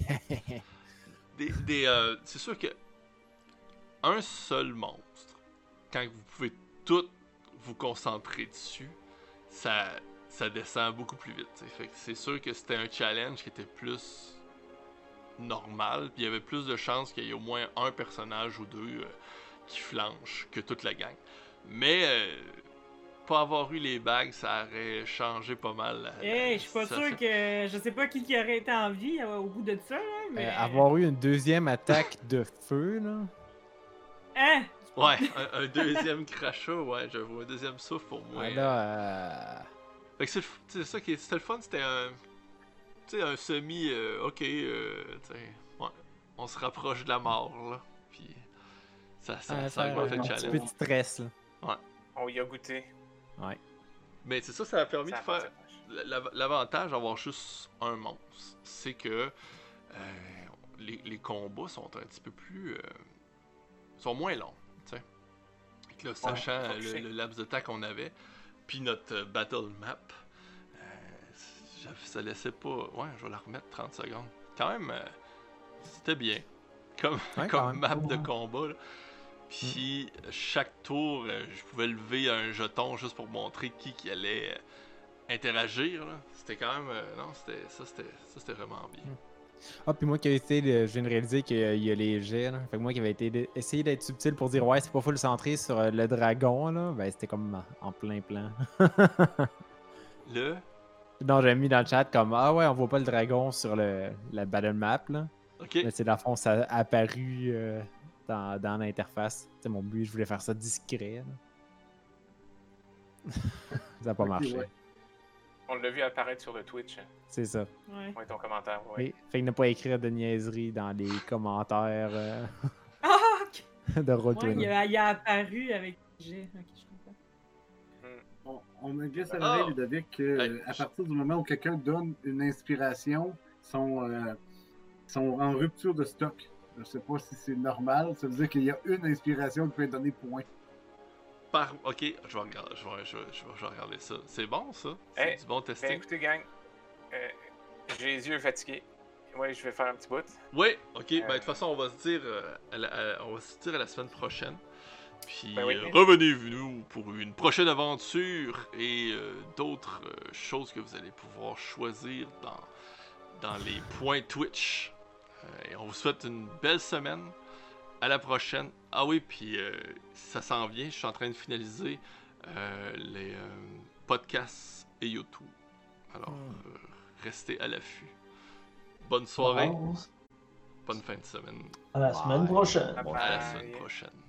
C'est sûr que un seul monstre, quand vous pouvez tout vous concentrer dessus, ça descend beaucoup plus vite. T'sais. Fait que c'est sûr que c'était un challenge qui était plus normal, puis il y avait plus de chances qu'il y ait au moins un personnage ou deux qui flanche que toute la gang. Mais pas avoir eu les bagues, ça aurait changé pas mal. Hey, je suis pas ça- sûr que. Je sais pas qui aurait été en vie au bout de ça, là, mais. Avoir eu une deuxième attaque de feu, là. Hein? Ouais, un deuxième crachat, ouais, j'avoue, un deuxième souffle pour moi. Ouais, là, Fait que c'est ça qui c'était le fun, c'était un. Tu sais, un semi. Ok, tu sais. Ouais, on se rapproche de la mort, là. Puis. Ça augmente le un petit peu challenge. de stress, là. On y a goûté. Ouais. Mais c'est ça a permis Ça de a pas faire. L'avantage d'avoir juste un monstre, c'est que les combats sont un petit peu plus... sont moins longs, tu sais. Fait que là, sachant le laps de temps qu'on avait, puis notre battle map, ça laissait pas... Ouais, je vais la remettre 30 secondes. Quand même, c'était bien. Comme map de combat, là. Puis chaque tour, je pouvais lever un jeton juste pour montrer qui allait interagir, là. C'était quand même... non, c'était vraiment bien. Ah, puis moi qui ai essayé, je viens de réaliser qu'il y a les jets, là. Fait que moi qui avais essayé d'être subtil pour dire ouais, c'est pas full centré sur le dragon, là, ben c'était comme en plein plan. Non, j'avais mis dans le chat comme ah ouais, on voit pas le dragon sur la battle map, là. Ok. Mais c'est dans le fond, ça a apparu dans l'interface. Tu sais, mon but, je voulais faire ça discret, là. Ça n'a pas marché. Ouais. On l'a vu apparaître sur le Twitch. C'est ça. Ouais. Ouais, ton commentaire. Ouais. Oui. Fait que ne pas écrire de niaiseries dans les commentaires Ah! de Ouais, Roll20. il a apparu avec G. Ok, je comprends. On me glisse à l'oreille, Ludovic, qu'à partir du moment où quelqu'un donne une inspiration, sont en rupture de stock. Je sais pas si c'est normal. Ça veut dire qu'il y a une inspiration qui peut être donnée point. Ok, je vais regarder ça. C'est bon, ça? C'est du bon Ben, testing? écoutez, gang, j'ai les yeux fatigués. Ouais, je vais faire un petit bout. Oui, ok. Ben, de toute façon, on va se dire à la semaine prochaine. Puis Ben oui. revenez-nous pour une prochaine aventure et d'autres choses que vous allez pouvoir choisir dans les points Twitch. Et on vous souhaite une belle semaine. À la prochaine. Ah oui, puis ça s'en vient. Je suis en train de finaliser les podcasts et YouTube. Alors, restez à l'affût. Bonne soirée. Bonne fin de semaine. À la semaine prochaine. À la semaine prochaine.